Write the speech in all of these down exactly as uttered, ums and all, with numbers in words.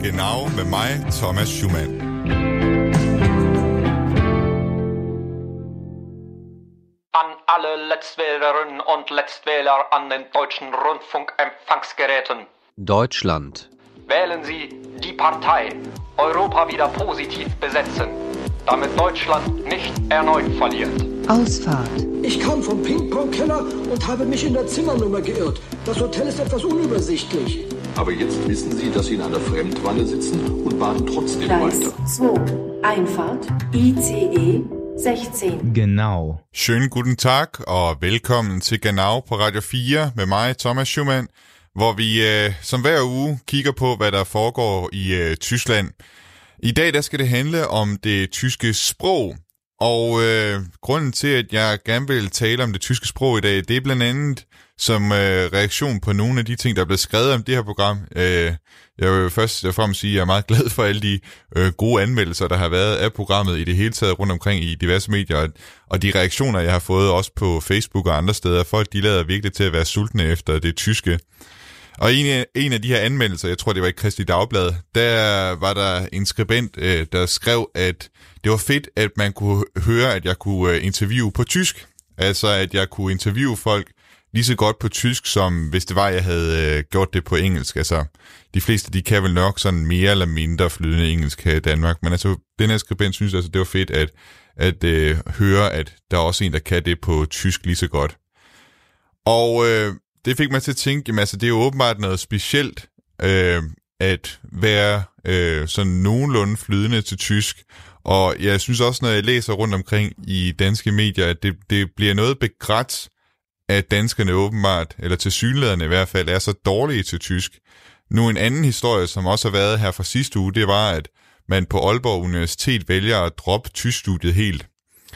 Genau med mig, Thomas Schumann. An alle Letztwählerinnen und Letztwähler an den deutschen Rundfunkempfangsgeräten. Deutschland. Wählen Sie die Partei Europa wieder positiv besetzen, damit Deutschland nicht erneut verliert. Ausfahrt. Ich kam vom Ping-Pong-Keller und habe mich in der Zimmernummer geirrt. Das Hotel ist etwas unübersichtlich. Aber jetzt wissen Sie, dass Sie in einer Fremdwanne sitzen und baden trotzdem Gleis weiter. zwei. Einfahrt I C E sechzehn. Genau. Schönen guten Tag og velkommen til Genau på Radio fire med mig, Thomas Schumann, hvor vi øh, som hver uge kigger på, hvad der foregår i øh, Tyskland. I dag der skal det handle om det tyske sprog, og øh, grunden til, at jeg gerne vil tale om det tyske sprog i dag, det er blandt andet som øh, reaktion på nogle af de ting, der er blevet skrevet om det her program. Øh, jeg vil først og fremmest sige, at jeg er meget glad for alle de øh, gode anmeldelser, der har været af programmet i det hele taget rundt omkring i diverse medier, og de reaktioner, jeg har fået også på Facebook og andre steder. Folk, de lader virkelig til at være sultne efter det tyske. Og en af, en af de her anmeldelser, jeg tror det var i Kristi Dagblad, der var der en skribent, øh, der skrev, at det var fedt, at man kunne høre, at jeg kunne øh, interviewe på tysk. Altså, at jeg kunne interviewe folk lige så godt på tysk, som hvis det var, jeg havde øh, gjort det på engelsk. Altså, de fleste, de kan vel nok sådan mere eller mindre flydende engelsk her i Danmark. Men altså, den her skribent synes altså, det var fedt at, at øh, høre, at der er også en, der kan det på tysk lige så godt. Og øh, det fik mig til at tænke, jamen altså, det er jo åbenbart noget specielt øh, at være øh, sådan nogenlunde flydende til tysk. Og jeg synes også, når jeg læser rundt omkring i danske medier, at det, det bliver noget begrædt, at danskerne åbenbart, eller tilsyneladende i hvert fald, er så dårlige til tysk. Nu en anden historie, som også har været her fra sidste uge, det var, at man på Aalborg Universitet vælger at droppe tyskstudiet helt.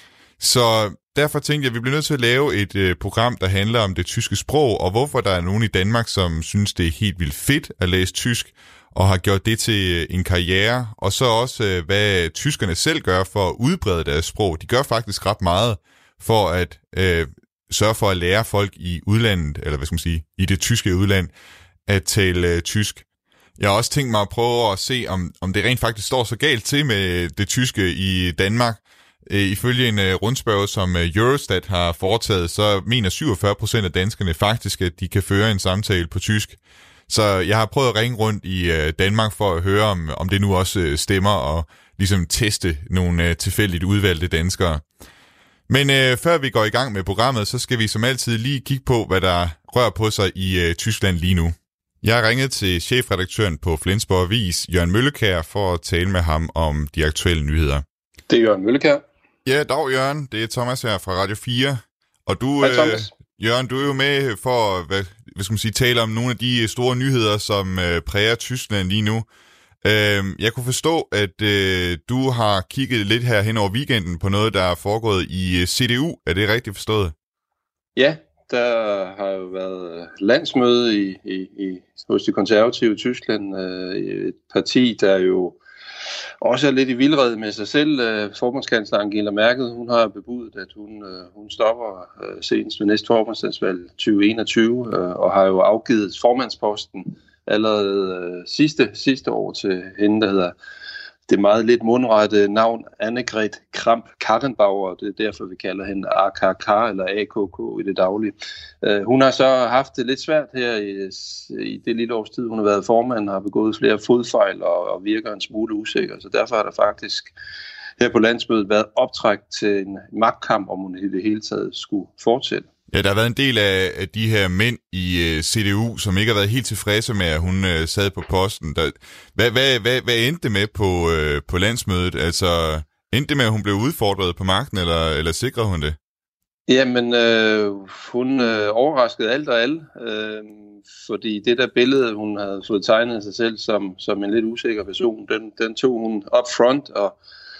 Så derfor tænkte jeg, at vi bliver nødt til at lave et øh, program, der handler om det tyske sprog, og hvorfor der er nogen i Danmark, som synes, det er helt vildt fedt at læse tysk, og har gjort det til en karriere, og så også, øh, hvad tyskerne selv gør for at udbrede deres sprog. De gør faktisk ret meget for at øh, sørge for at lære folk i udlandet, eller hvad skal man sige, i det tyske udland, at tale øh, tysk. Jeg har også tænkt mig at prøve at se, om, om det rent faktisk står så galt til med det tyske i Danmark. Øh, ifølge en øh, rundspørge, som øh, Eurostat har foretaget, så mener syvogfyrre procent af danskerne faktisk, at de kan føre en samtale på tysk. Så jeg har prøvet at ringe rundt i øh, Danmark for at høre, om, om det nu også øh, stemmer, og ligesom teste nogle øh, tilfældigt udvalgte danskere. Men øh, før vi går i gang med programmet, så skal vi som altid lige kigge på, hvad der rører på sig i øh, Tyskland lige nu. Jeg har ringet til chefredaktøren på Flensborg Avis, Jørgen Møllekær, for at tale med ham om de aktuelle nyheder. Det er Jørgen Møllekær. Ja, dag Jørgen. Det er Thomas her fra Radio fire. Og du, Hej, Thomas. Øh, Jørgen, du er jo med for hvad, hvad skal man sige, tale om nogle af de store nyheder, som øh, præger Tyskland lige nu. Øh, jeg kunne forstå, at øh, du har kigget lidt her hen over weekenden på noget, der er foregået i C D U. Er det rigtigt forstået? Ja, der har jo været landsmøde i, i, i, hos de konservative i Tyskland. Øh, et parti, der jo også er lidt i vildrede med sig selv. Øh, forbundskansler Angela Merkel, hun har bebudet, at hun, øh, hun stopper øh, senest ved næste forbundsdagsvalg tyve enogtyve, øh, og har jo afgivet formandsposten allerede øh, sidste, sidste år til hende, der hedder det meget lidt mundrette navn Annegret Kramp-Karrenbauer. Det er derfor, vi kalder hende A K K eller A K K i det daglige. Uh, hun har så haft det lidt svært her i, i det lille års tid. Hun har været formand og har begået flere fodfejl og, og virker en smule usikker. Så derfor har der faktisk her på landsmødet været optræk til en magtkamp, om hun i det hele taget skulle fortsætte. Ja, der har været en del af, af de her mænd i uh, C D U, som ikke har været helt tilfredse med, at hun uh, sad på posten. Der, hvad, hvad, hvad, hvad endte det med på, uh, på landsmødet? Altså, endte det med, at hun blev udfordret på magten, eller, eller sikrede hun det? Jamen, øh, hun øh, overraskede alt og alle, øh, fordi det der billede, hun havde fået tegnet af sig selv som, som en lidt usikker person, den, den tog hun up front og,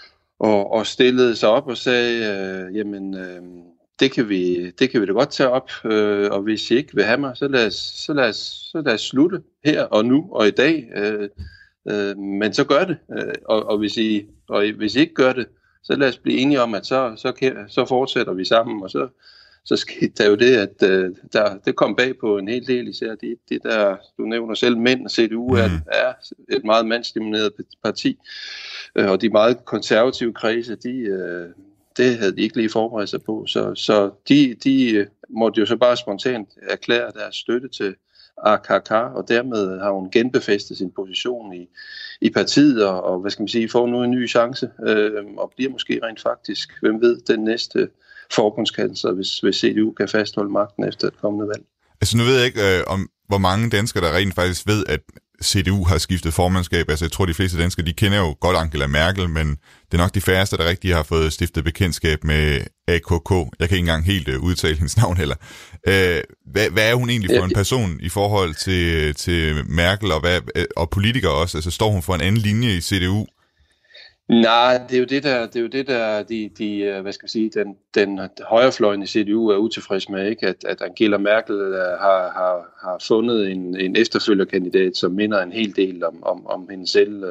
og, og stillede sig op og sagde, øh, jamen... Øh, Det kan, vi, det kan vi da godt tage op, øh, og hvis I ikke vil have mig, så lad, os, så, lad os, så lad os slutte her og nu og i dag. Øh, øh, men så gør det, øh, og, og, hvis I, og hvis I ikke gør det, så lad os blive enige om, at så, så, kan, så fortsætter vi sammen, og så, så skete der jo det, at øh, der, det kom bag på en hel del, især det, det der, du nævner selv, mænd, C D U mm. er, er et meget mandsdomineret parti, øh, og de meget konservative kredse, de, øh, det havde de ikke lige forberedt sig på, så, så de, de måtte jo så bare spontant erklære deres støtte til A K K, og dermed har hun genbefæstet sin position i, i partiet, og, og hvad skal man sige, får nu en ny chance, øh, og bliver måske rent faktisk, hvem ved, den næste forbundskansler, hvis, hvis C D U kan fastholde magten efter et kommende valg. Altså nu ved jeg ikke, øh, om hvor mange danskere, der rent faktisk ved, at C D U har skiftet formandskab. Altså jeg tror, de fleste danskere, de kender jo godt Angela Merkel, men det er nok de færreste, der rigtig har fået stiftet bekendtskab med A K K. Jeg kan ikke engang helt uh, udtale hendes navn heller. Uh, hvad, hvad er hun egentlig for en person i forhold til, til Merkel og, hvad, og politikere også? Altså står hun for en anden linje i C D U? Nej, det er jo det der, det er jo det der, de, de, hvad skal jeg sige, den, den højrefløjen i C D U er utilfreds med, ikke? At, at Angela Merkel har, har, har fundet en, en efterfølgerkandidat, som minder en hel del om, om, om hende selv.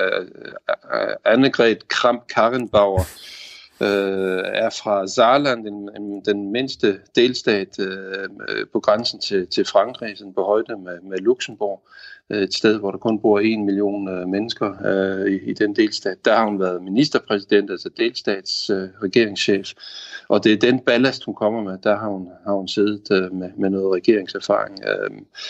Annegret Kramp-Karrenbauer øh, er fra Saarland, den, den mindste delstat øh, på grænsen til, til Frankrig, sådan på højde med, med Luxembourg. Et sted, hvor der kun bor en million øh, mennesker øh, i, i den delstat. Der har hun været ministerpræsident, altså delstats øh, regeringschef. Og det er den ballast, hun kommer med. Der har hun, har hun siddet øh, med, med noget regeringserfaring. Øh,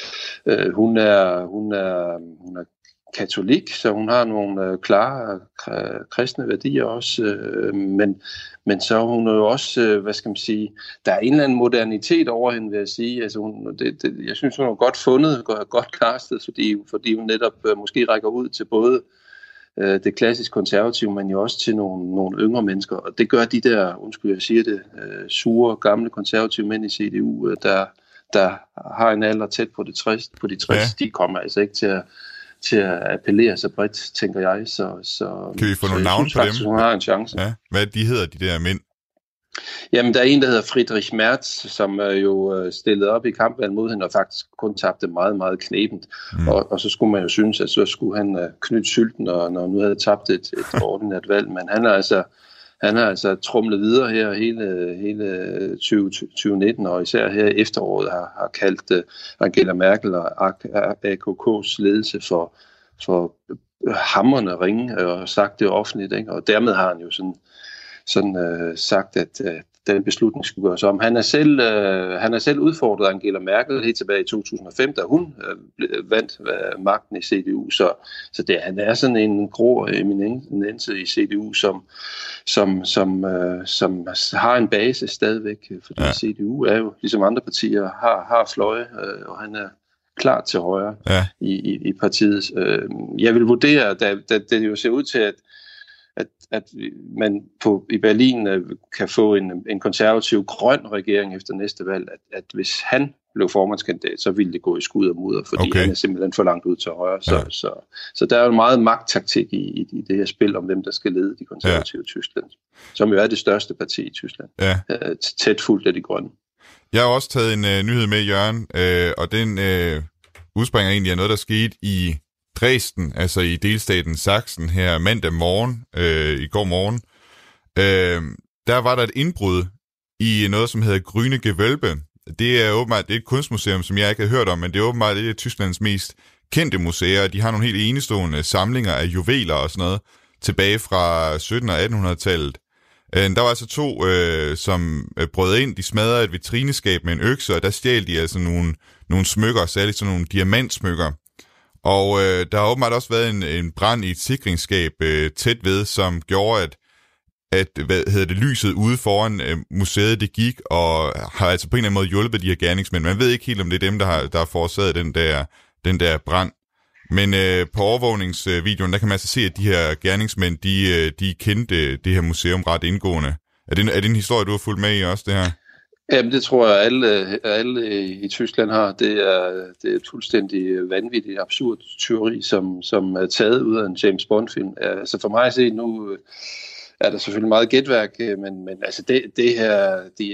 øh, hun, er, hun, er, hun er katolik, så hun har nogle øh, klare øh, kristne værdier også. Øh, men, men så er hun jo også, øh, hvad skal man sige, der er en eller anden modernitet over hende, vil jeg sige. Altså hun, det, det, jeg synes, hun har godt fundet, godt castet, fordi, fordi hun netop øh, måske rækker ud til både øh, det klassisk konservative, men jo også til nogle, nogle yngre mennesker. Og det gør de der, undskyld, jeg siger det, øh, sure, gamle konservative mænd i C D U, øh, der, der har en alder tæt på, det tres, på de tres, ja. De kommer altså ikke til at til at appellere så bredt, tænker jeg. Så, så, kan vi få nogle navne på faktisk, dem? Hun har en chance. Ja. Hvad de hedder, de der mænd? Jamen, der er en, der hedder Friedrich Merz, som er jo stillet op i kampvalg mod hende, og faktisk kun tabte meget, meget knebent. Mm. Og, og så skulle man jo synes, at så skulle han uh, knytte sylten, når, når han nu havde tabt et, et ordinært valg. Men han har altså, han har altså trumlet videre her hele, hele tyve nitten, og især her i efteråret har, har kaldt uh, Angela Merkel og A K K's ledelse for, for hamrende ringe, og sagt det offentligt, ikke? Og dermed har han jo sådan sådan øh, sagt, at øh, den beslutning skulle gøres om. Han er selv, øh, han er selv udfordret Angela Merkel helt tilbage i to tusind og fem, da hun øh, vandt øh, magten i C D U. Så, så det, han er sådan en grå eminence i C D U, som, som, som, øh, som har en base stadigvæk, fordi ja. C D U er jo, ligesom andre partier, har, har fløje, øh, og han er klar til højre ja. i, i, i partiet. Øh, jeg vil vurdere, da, da det jo ser ud til, at At, at man på, i Berlin uh, kan få en, en konservativ grøn regering efter næste valg, at, at hvis han blev formandskandidat, så ville det gå i skud og mudder, fordi okay. han er simpelthen for langt ud til højre. Så, ja. så, så der er jo meget magttaktik i, i, i det her spil om, hvem der skal lede de konservative ja. i Tyskland, som jo er det største parti i Tyskland, ja. uh, tæt fuldt af de grønne. Jeg har også taget en uh, nyhed med, Jørgen, uh, og den uh, udspringer egentlig af noget, der skete i Dresden, altså i delstaten Sachsen her mandag morgen, øh, i går morgen, øh, der var der et indbrud i noget, som hedder Grüne Gewölbe. Det er åbenbart det er et kunstmuseum, som jeg ikke har hørt om, men det er åbenbart det er Tysklands mest kendte museer. De har nogle helt enestående samlinger af juveler og sådan noget, tilbage fra sytten- og attenhundredetallet. Øh, der var altså to, øh, som brød ind, de smadrede et vitrineskab med en økse, og der stjal de altså nogle, nogle smykker, særligt sådan nogle diamantsmykker. Og øh, der har åbenbart også været en, en brand i et sikringsskab øh, tæt ved, som gjorde, at, at hvad hedder det, lyset ude foran øh, museet, det gik, og har altså på en eller anden måde hjulpet de her gerningsmænd. Man ved ikke helt, om det er dem, der har, der har forårsaget den der, den der brand. Men øh, på overvågningsvideoen, der kan man altså se, at de her gerningsmænd, de, de kendte det her museum ret indgående. Er det, er det en historie, du har fulgt med i også, det her? Jamen, det tror jeg, alle, alle i Tyskland har. Det er, det er et fuldstændig vanvittigt, absurd tyveri, som, som er taget ud af en James Bond-film. Altså for mig at se, nu er der selvfølgelig meget gætværk, men, men altså det, det her, de,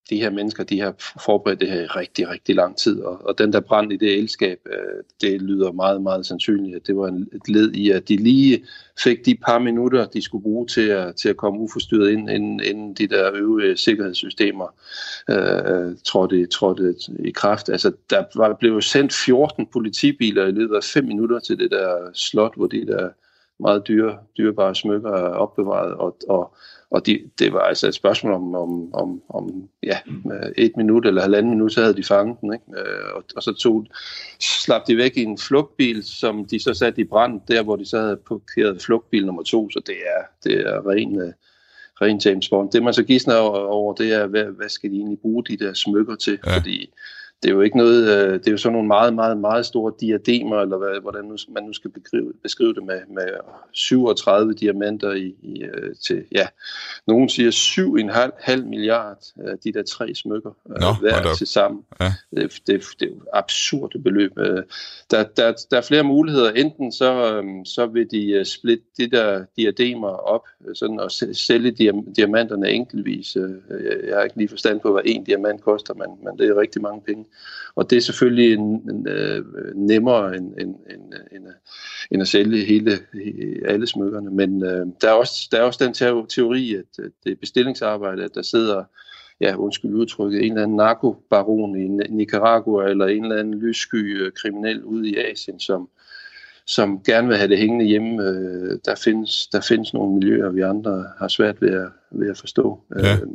de her mennesker, de har forberedt det her i rigtig, rigtig lang tid, og, og den der brand i det elskab, øh, det lyder meget, meget sandsynligt, at det var en, et led i, at de lige fik de par minutter, de skulle bruge til at, til at komme uforstyrret ind, inden, inden de der øvrige sikkerhedssystemer øh, trådte, trådte i kraft. Altså, der var, blev sendt fjorten politibiler i løbet af fem minutter til det der slot, hvor de der meget dyre, dyrebare smykker er opbevaret, og, og Og de, det var altså et spørgsmål om, om, om, om ja, et minut eller halvanden minut, så havde de fanget den. Ikke? Og, og så tog, slap de væk i en flugtbil, som de så satte i brand, der hvor de så havde parkeret flugtbil nummer to. Så det er, det er ren, ren James Bond. Det man så gidsner over, det er, hvad, hvad skal de egentlig bruge de der smykker til? Ja. Fordi det er jo ikke noget, det er jo sådan nogle meget, meget, meget store diademer, eller hvad, hvordan man nu skal beskrive, beskrive det med, med syvogtredive diamanter i, i, til, ja, nogen siger syv komma fem milliard af de der tre smykker Nå, hver til sammen. Ja. Det, det, det er jo absurde beløb. Der, der, der er flere muligheder. Enten så, så vil de splitte de der diademer op sådan, og sælge diamanterne enkeltvis. Jeg har ikke lige forstand på, hvad en diamant koster, men, men det er rigtig mange penge. Og det er selvfølgelig en, en, øh, nemmere end, end, end, end, end at sælge hele, alle smykkerne. Men øh, der, er også, der er også den teori, at, at det er bestillingsarbejde, at der sidder, ja, undskyld udtrykket, en eller anden narkobaron i Nicaragua, eller en eller anden lyssky kriminel ude i Asien, som, som gerne vil have det hængende hjemme. Øh, der, findes, der findes nogle miljøer, vi andre har svært ved at, ved at forstå. Ja. Øh,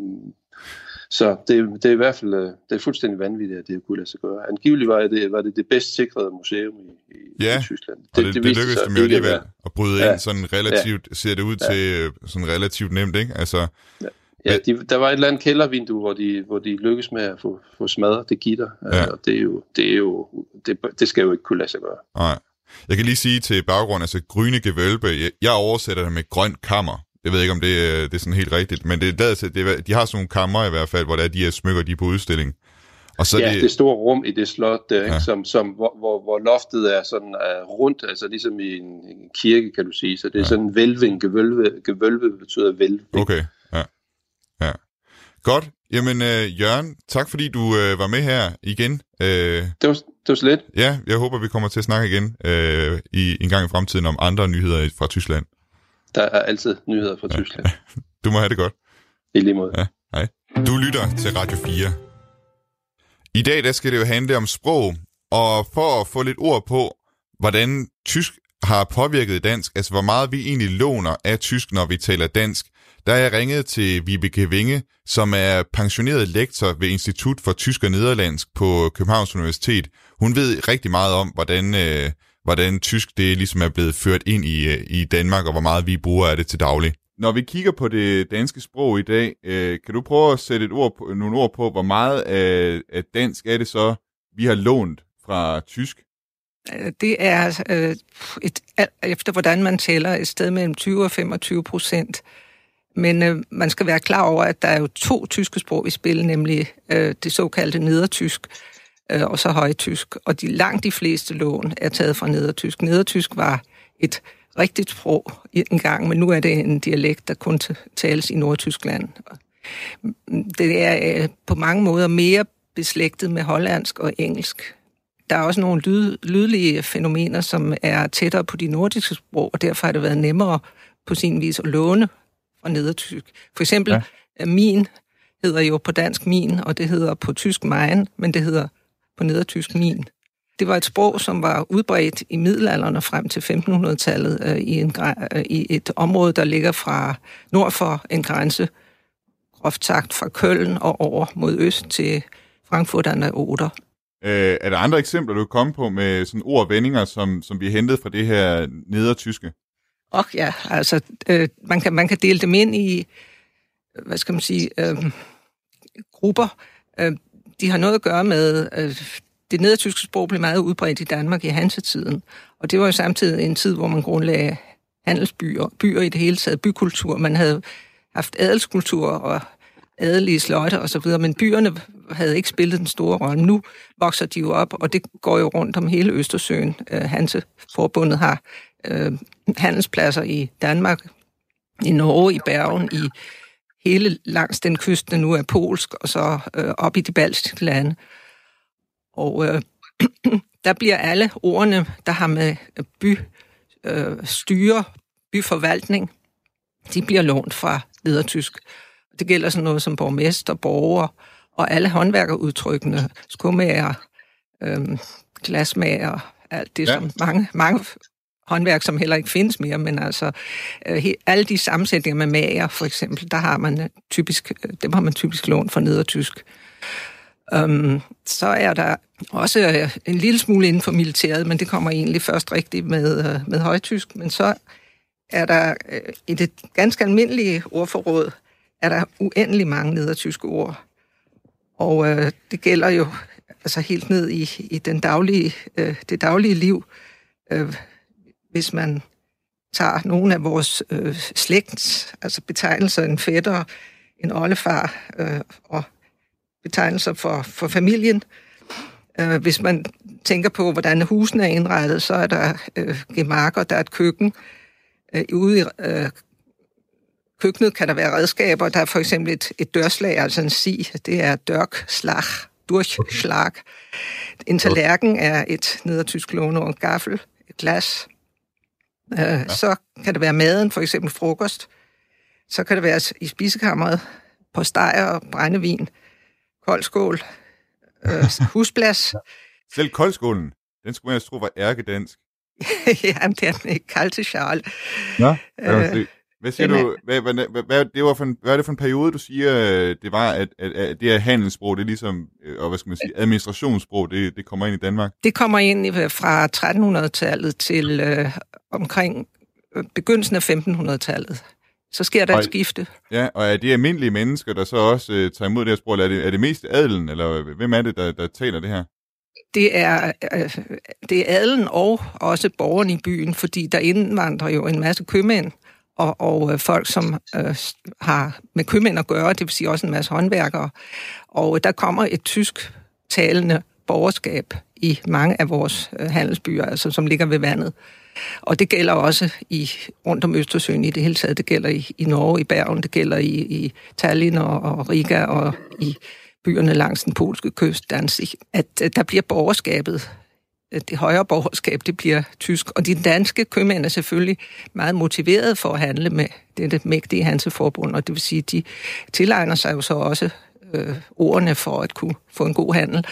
Så det, det er i hvert fald det er fuldstændig vanvittigt, at det kunne lade sig gøre. Angiveligt var det var det, det bedst sikrede museum i, i, ja, i Tyskland. Det, og det, det, det lykkedes dem jo alligevel at bryde ja, ind sådan relativt, ja, ser det ud ja, til sådan relativt nemt, ikke? Altså, ja, ja de, der var et eller andet kældervindue, hvor de, hvor de lykkedes med at få, få smadret det gitter, ja, og det er jo, det, er jo det, det skal jo ikke kunne lade sig gøre. Nej. Jeg kan lige sige til baggrund, altså Grüne Gewölbe, jeg, jeg oversætter det med grønt kammer. Jeg ved ikke, om det, det er sådan helt rigtigt, men det er, det er, de har sådan nogle kammer i hvert fald, hvor der er de her smykker, de er på udstilling. Og så ja, det, det store rum i det slot, der, ikke? Ja. Som, som, hvor, hvor, hvor loftet er sådan uh, rundt, altså ligesom i en, en kirke, kan du sige. Så det er ja, sådan en vælving, gevølve, gevølve betyder vælving. Okay, ja. ja. Godt. Jamen, øh, Jørgen, tak fordi du øh, var med her igen. Øh, det, var, det var så lidt. Ja, jeg håber, vi kommer til at snakke igen øh, i, en gang i fremtiden om andre nyheder fra Tyskland. Der er altid nyheder fra ja. Tyskland. Du må have det godt. I lige måde. Ja, hej. Du lytter til Radio fire. I dag der skal det jo handle om sprog, og for at få lidt ord på, hvordan tysk har påvirket dansk, altså hvor meget vi egentlig låner af tysk, når vi taler dansk, der er jeg ringet til Vibeke Winge, som er pensioneret lektor ved Institut for Tysk og Nederlandsk på Københavns Universitet. Hun ved rigtig meget om, hvordan... Øh, hvordan tysk det ligesom er blevet ført ind i, i Danmark, og hvor meget vi bruger af det til daglig. Når vi kigger på det danske sprog i dag, øh, kan du prøve at sætte et ord på, nogle ord på, hvor meget af, af dansk er det så, vi har lånt fra tysk? Det er øh, et, efter hvordan man tæller et sted mellem tyve og femogtyve procent. Men øh, man skal være klar over, at der er jo to tyske sprog i spil, nemlig øh, det såkaldte nedertysk, og så højtysk, og de langt de fleste lån er taget fra nedertysk. Nedertysk var et rigtigt sprog engang, men nu er det en dialekt, der kun tales i Nordtyskland. Det er på mange måder mere beslægtet med hollandsk og engelsk. Der er også nogle lyd, lydlige fænomener, som er tættere på de nordiske sprog, og derfor har det været nemmere på sin vis at låne fra nedertysk. For eksempel, ja, min hedder jo på dansk min, og det hedder på tysk mein, men det hedder på nedertysk min. Det var et sprog, som var udbredt i middelalderen og frem til femtenhundredetallet øh, i, en, øh, i et område, der ligger fra nord for en grænse, groft sagt fra Køln og over mod øst til Frankfurt an der Oder. Øh, er der andre eksempler, du kan komme på med sådan ord og vendinger, som, som vi hentet fra det her nedertyske? Og ja, altså øh, man, kan, man kan dele dem ind i, hvad skal man sige, øh, grupper. Øh, de har noget at gøre med, øh, det nedertyske sprog blev meget udbredt i Danmark i Hansetiden, og det var jo samtidig en tid, hvor man grundlagde handelsbyer, byer i det hele taget, bykultur. Man havde haft adelskultur og adelige sløjter og så videre, men byerne havde ikke spillet den store rolle. Nu vokser de jo op, og det går jo rundt om hele Østersøen. Hanseforbundet har øh, handelspladser i Danmark, i Norge, i Bergen, i hele langs den kyst, der nu er polsk, og så øh, op i de baltiske lande. Og øh, der bliver alle ordene, der har med by, øh, styre, byforvaltning, de bliver lånt fra nedertysk. Det gælder sådan noget som borgmester, borger og alle håndværkerudtrykkene, skomager, øh, glasmager, alt det, ja. som mange, mange håndværk, som heller ikke findes mere, men altså øh, alle de sammensætninger med mager, for eksempel, der har man typisk, dem har man typisk lånt fra nedertysk. Um, så er der også en lille smule inden for militæret, men det kommer egentlig først rigtigt med, med højtysk. Men så er der i det ganske almindelige ordforråd, er der uendelig mange nedertyske ord. Og uh, det gælder jo altså helt ned i, i den daglige, uh, det daglige liv. Uh, hvis man tager nogle af vores uh, slægts, altså betegnelser, en fætter, en oldefar uh, og betegnelser for, for familien. Uh, hvis man tænker på, hvordan husene er indrettet, så er der uh, gemarker, der er et køkken. Uh, ude i uh, køkkenet kan der være redskaber. Der er for eksempel et, et dørslag, altså en si. Det er dørkslag, durchschlag. En tallerken er et nedertysk låneord, gaffel, et glas. Uh, ja. Så kan det være maden, for eksempel frokost. Så kan det være i spisekammeret, postejer og brændevin. Koldskål, øh, husplads. Selv koldskålen, den skulle man altså tro var ærkedansk. Jamen, det er den ikke. Kalte Charl. Nå, øh, hvad siger du, hvad, hvad, hvad, hvad, det var for en, hvad er det for en periode, du siger, det var, at, at, at det her handelssprog, det er ligesom, og hvad skal man sige, administrationssprog, det, det kommer ind i Danmark? Det kommer ind fra trettenhundredetallet til øh, omkring øh, begyndelsen af femtenhundredetallet. Så sker der og, et skifte. Ja, og er det almindelige mennesker, der så også øh, tager imod det her sprog, eller er det, er det mest adelen, eller hvem er det, der, der taler det her? Det er, øh, det er adelen og også borgerne i byen, fordi der indvandrer jo en masse købmænd, og, og øh, folk, som øh, har med købmænd at gøre, det vil sige også en masse håndværkere. Og der kommer et tysk talende borgerskab i mange af vores øh, handelsbyer, altså som ligger ved vandet. Og det gælder også i rundt om Østersøen i det hele taget. Det gælder i, i Norge, i Bergen, det gælder i, i Tallinn og, og Riga og i byerne langs den polske kyst, Danzig. At, at der bliver borgerskabet, det højere borgerskab, det bliver tysk. Og de danske købmænd er selvfølgelig meget motiveret for at handle med dette mægtige Hanseforbund, og det vil sige, at de tilegner sig jo så også øh, ordene for at kunne få en god handel.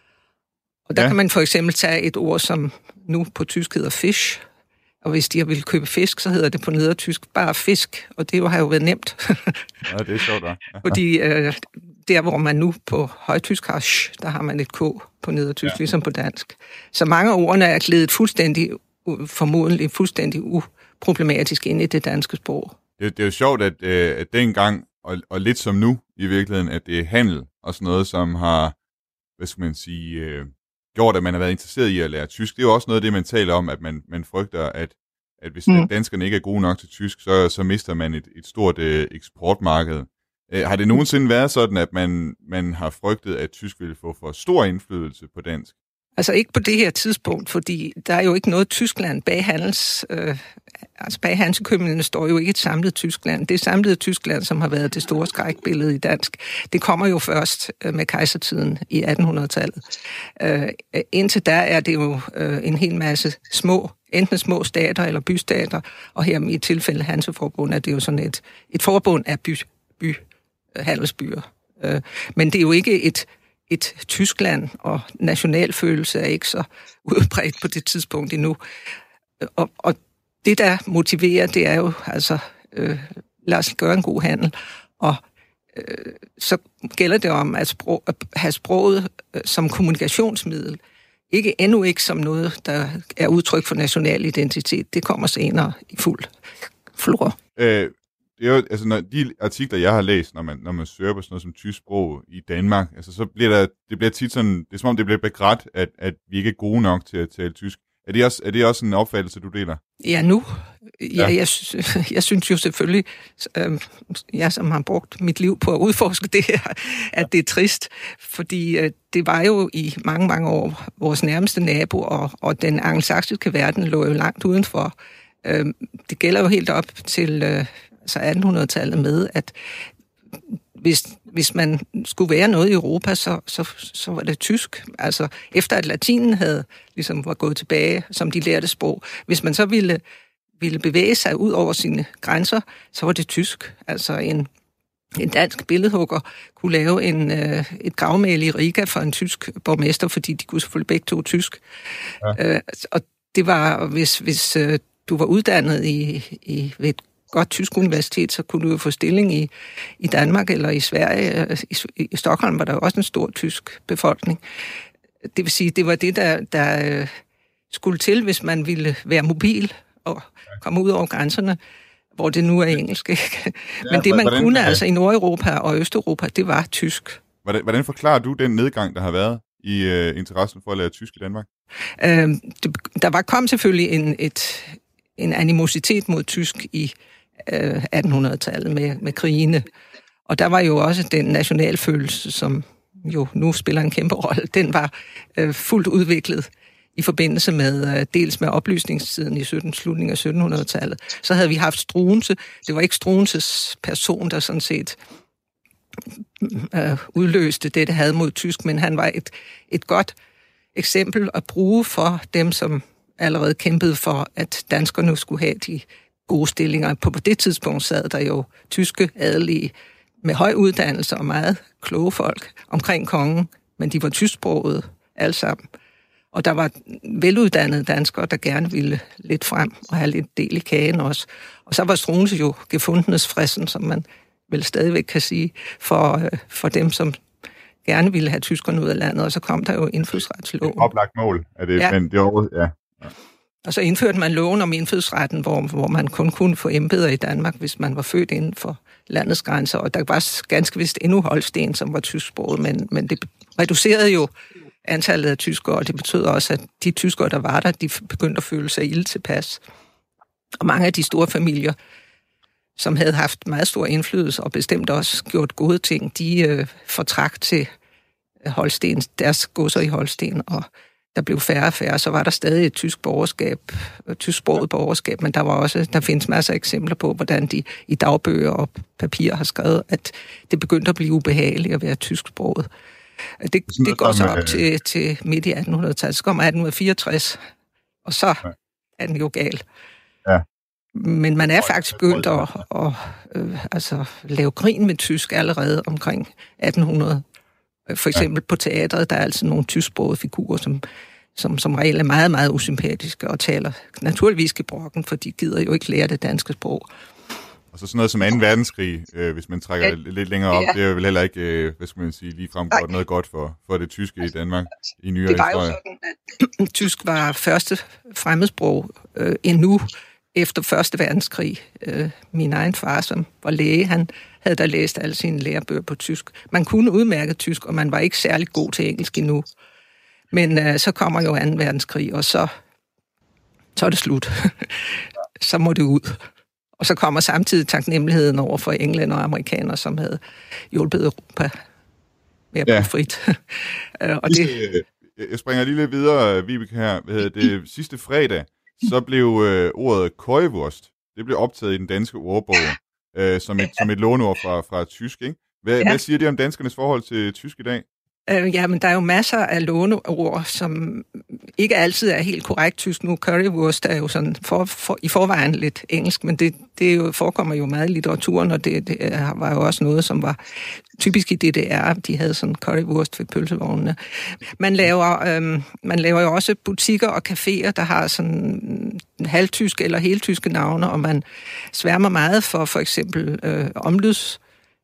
Og der ja. kan man for eksempel tage et ord, som nu på tysk hedder fish, og hvis de vil købe fisk, så hedder det på nedertysk bare fisk, og det har jo været nemt. Ja, det er sjovt, da. Fordi øh, der, hvor man nu på højtysk har sh, der har man et k på nedertysk, ja. ligesom på dansk. Så mange af ordene er glædet fuldstændig, formodentlig fuldstændig uproblematisk ind i det danske sprog. Det, det er jo sjovt, at, øh, at dengang, og, og lidt som nu i virkeligheden, at det er handel og sådan noget, som har, hvad skal man sige... Øh, gjort, at man har været interesseret i at lære tysk. Det er jo også noget af det, man taler om, at man, man frygter, at, at hvis mm. danskerne ikke er gode nok til tysk, så, så mister man et, et stort øh, eksportmarked. Øh, har det nogensinde været sådan, at man, man har frygtet, at tysk ville få for stor indflydelse på dansk? Altså ikke på det her tidspunkt, fordi der er jo ikke noget Tyskland bag handels... Øh, altså bag hansekøbmændene står jo ikke et samlet Tyskland. Det er samlet Tyskland, som har været det store skrækbillede i dansk. Det kommer jo først øh, med kejsertiden i attenhundredetallet. Øh, indtil da er det jo øh, en hel masse små, enten små stater eller bystater, og her i tilfælde Hanseforbund er det jo sådan et, et forbund af by, by, handelsbyer. Øh, men det er jo ikke et et Tyskland, og nationalfølelse er ikke så udbredt på det tidspunkt endnu. Og, og det, der motiverer, det er jo, altså, øh, lad os gøre en god handel, og øh, så gælder det om at, sprog, at have sproget øh, som kommunikationsmiddel. Ikke endnu ikke som noget, der er udtryk for national identitet. Det kommer senere i fuld flor. Øh. Det er jo, altså, når de artikler, jeg har læst, når man, når man søger på sådan noget som tysk sprog i Danmark, altså, så bliver der, det bliver tit sådan, det er som om, det bliver begrædt, at, at vi ikke er gode nok til at tale tysk. Er det også, er det også en opfattelse, du deler? Ja, nu. Ja, ja. Jeg, jeg synes jo selvfølgelig, øh, jeg som har brugt mit liv på at udforske det her, at det er trist, fordi øh, det var jo i mange, mange år vores nærmeste nabo, og, og den angelsaksiske verden lå jo langt udenfor. Øh, det gælder jo helt op til... Øh, altså attenhundredetallet med, at hvis, hvis man skulle være noget i Europa, så, så, så var det tysk. Altså, efter at latinen havde ligesom var gået tilbage, som de lærte sprog. Hvis man så ville, ville bevæge sig ud over sine grænser, så var det tysk. Altså, en, en dansk billedhugger kunne lave en, øh, et gravmæle i Riga for en tysk borgmester, fordi de kunne selvfølgelig begge to tysk. Ja. Øh, og det var, hvis, hvis øh, du var uddannet i, i, ved et godt tysk universitet, så kunne du jo få stilling i, i Danmark eller i Sverige. I, i Stockholm var der jo også en stor tysk befolkning. Det vil sige, det var det, der, der skulle til, hvis man ville være mobil og komme ud over grænserne, hvor det nu er engelsk. Men ja, det, man hvordan, kunne altså i Nordeuropa og Østeuropa, det var tysk. Hvordan, hvordan forklarer du den nedgang, der har været i uh, interessen for at lære tysk i Danmark? Øh, det, der var kom selvfølgelig en, et, en animositet mod tysk i øh, attenhundredetallet med, med krigene. Og der var jo også den nationalfølelse, som jo nu spiller en kæmpe rolle, den var øh, fuldt udviklet i forbindelse med, øh, dels med oplysningstiden i sytten, slutningen af syttenhundredetallet. Så havde vi haft Struensee. Det var ikke Struensees person, der sådan set øh, udløste det, det havde mod tysk, men han var et, et godt eksempel at bruge for dem, som allerede kæmpede for, at danskerne skulle have de gode stillinger. På, på det tidspunkt sad der jo tyske adelige med høj uddannelse og meget kloge folk omkring kongen, men de var tysksprogede alle sammen. Og der var veluddannede danskere, der gerne ville lidt frem og have lidt del i kagen også. Og så var Struensee jo gefundenes fristen, som man vel stadigvæk kan sige, for, for dem, som gerne ville have tyskerne ud af landet, og så kom der jo indfødsretsloven. Et oplagt mål er det, ja. Men det var, ja. Ja. Og så indførte man loven om indfødsretten, hvor, hvor man kun kunne få embeder i Danmark, hvis man var født inden for landets grænser, og der var ganske vist endnu Holsten, som var tysksproget, men, men det reducerede jo antallet af tyskere, og det betød også, at de tyskere, der var der, de begyndte at føle sig ilde tilpas. Og mange af de store familier, som havde haft meget stor indflydelse, og bestemt også gjort gode ting, de øh, fortrak til Holsten, deres godser i Holsten, og der blev færre og færre, så var der stadig et tysk borgerskab, tysksproget borgerskab, men der var også, der findes masser af eksempler på, hvordan de i dagbøger og papir har skrevet, at det begyndte at blive ubehageligt at være tysksproget. Det, det går så op til, til midt i attenhundredetallet, så kommer atten fireogtres, og så er den jo gal. Ja. Men man er faktisk begyndt at, at øh, altså, lave grin med tysk allerede omkring atten hundrede. For eksempel ja. På teatret, der er altså nogle tysksprogede figurer, som, som som regel er meget, meget usympatiske og taler naturligvis gebrokken, for de gider jo ikke lære det danske sprog. Og så sådan noget som anden verdenskrig, øh, hvis man trækker ja. lidt længere op, ja. Det er vel heller ikke, øh, hvad skal man sige, ligefrem gjort noget godt for, for det tyske i Danmark i nyere historie. Det var historie. Jo sådan, at tysk var første fremmedsprog øh, endnu efter første verdenskrig. Øh, min egen far, som var læge, han havde da læst alle sine lærebøger på tysk. Man kunne udmærke tysk, og man var ikke særlig god til engelsk endnu. Men øh, så kommer jo anden verdenskrig, og så, så er det slut. Så må det ud. Og så kommer samtidig taknemmeligheden over for englænder og amerikanere, som havde hjulpet Europa med at blive ja. frit. og det... Jeg springer lige lidt videre, Vibeke her. Det sidste fredag, så blev øh, ordet currywurst, det blev optaget i den danske ordbog, øh, som, et, som et låneord fra, fra tysk, ikke? Hvad, ja. hvad siger de om danskernes forhold til tysk i dag? Øh, ja, men der er jo masser af låneord, som ikke altid er helt korrekt tysk nu. Currywurst er jo sådan for, for, i forvejen lidt engelsk, men det, det jo, forekommer jo meget i litteraturen, og det, det var jo også noget, som var typisk i D D R. De havde sådan currywurst ved pølsevognene. Man laver, øhm, man laver jo også butikker og caféer, der har sådan halvtyske eller heltyske navne, og man sværmer meget for for eksempel øh, omlyds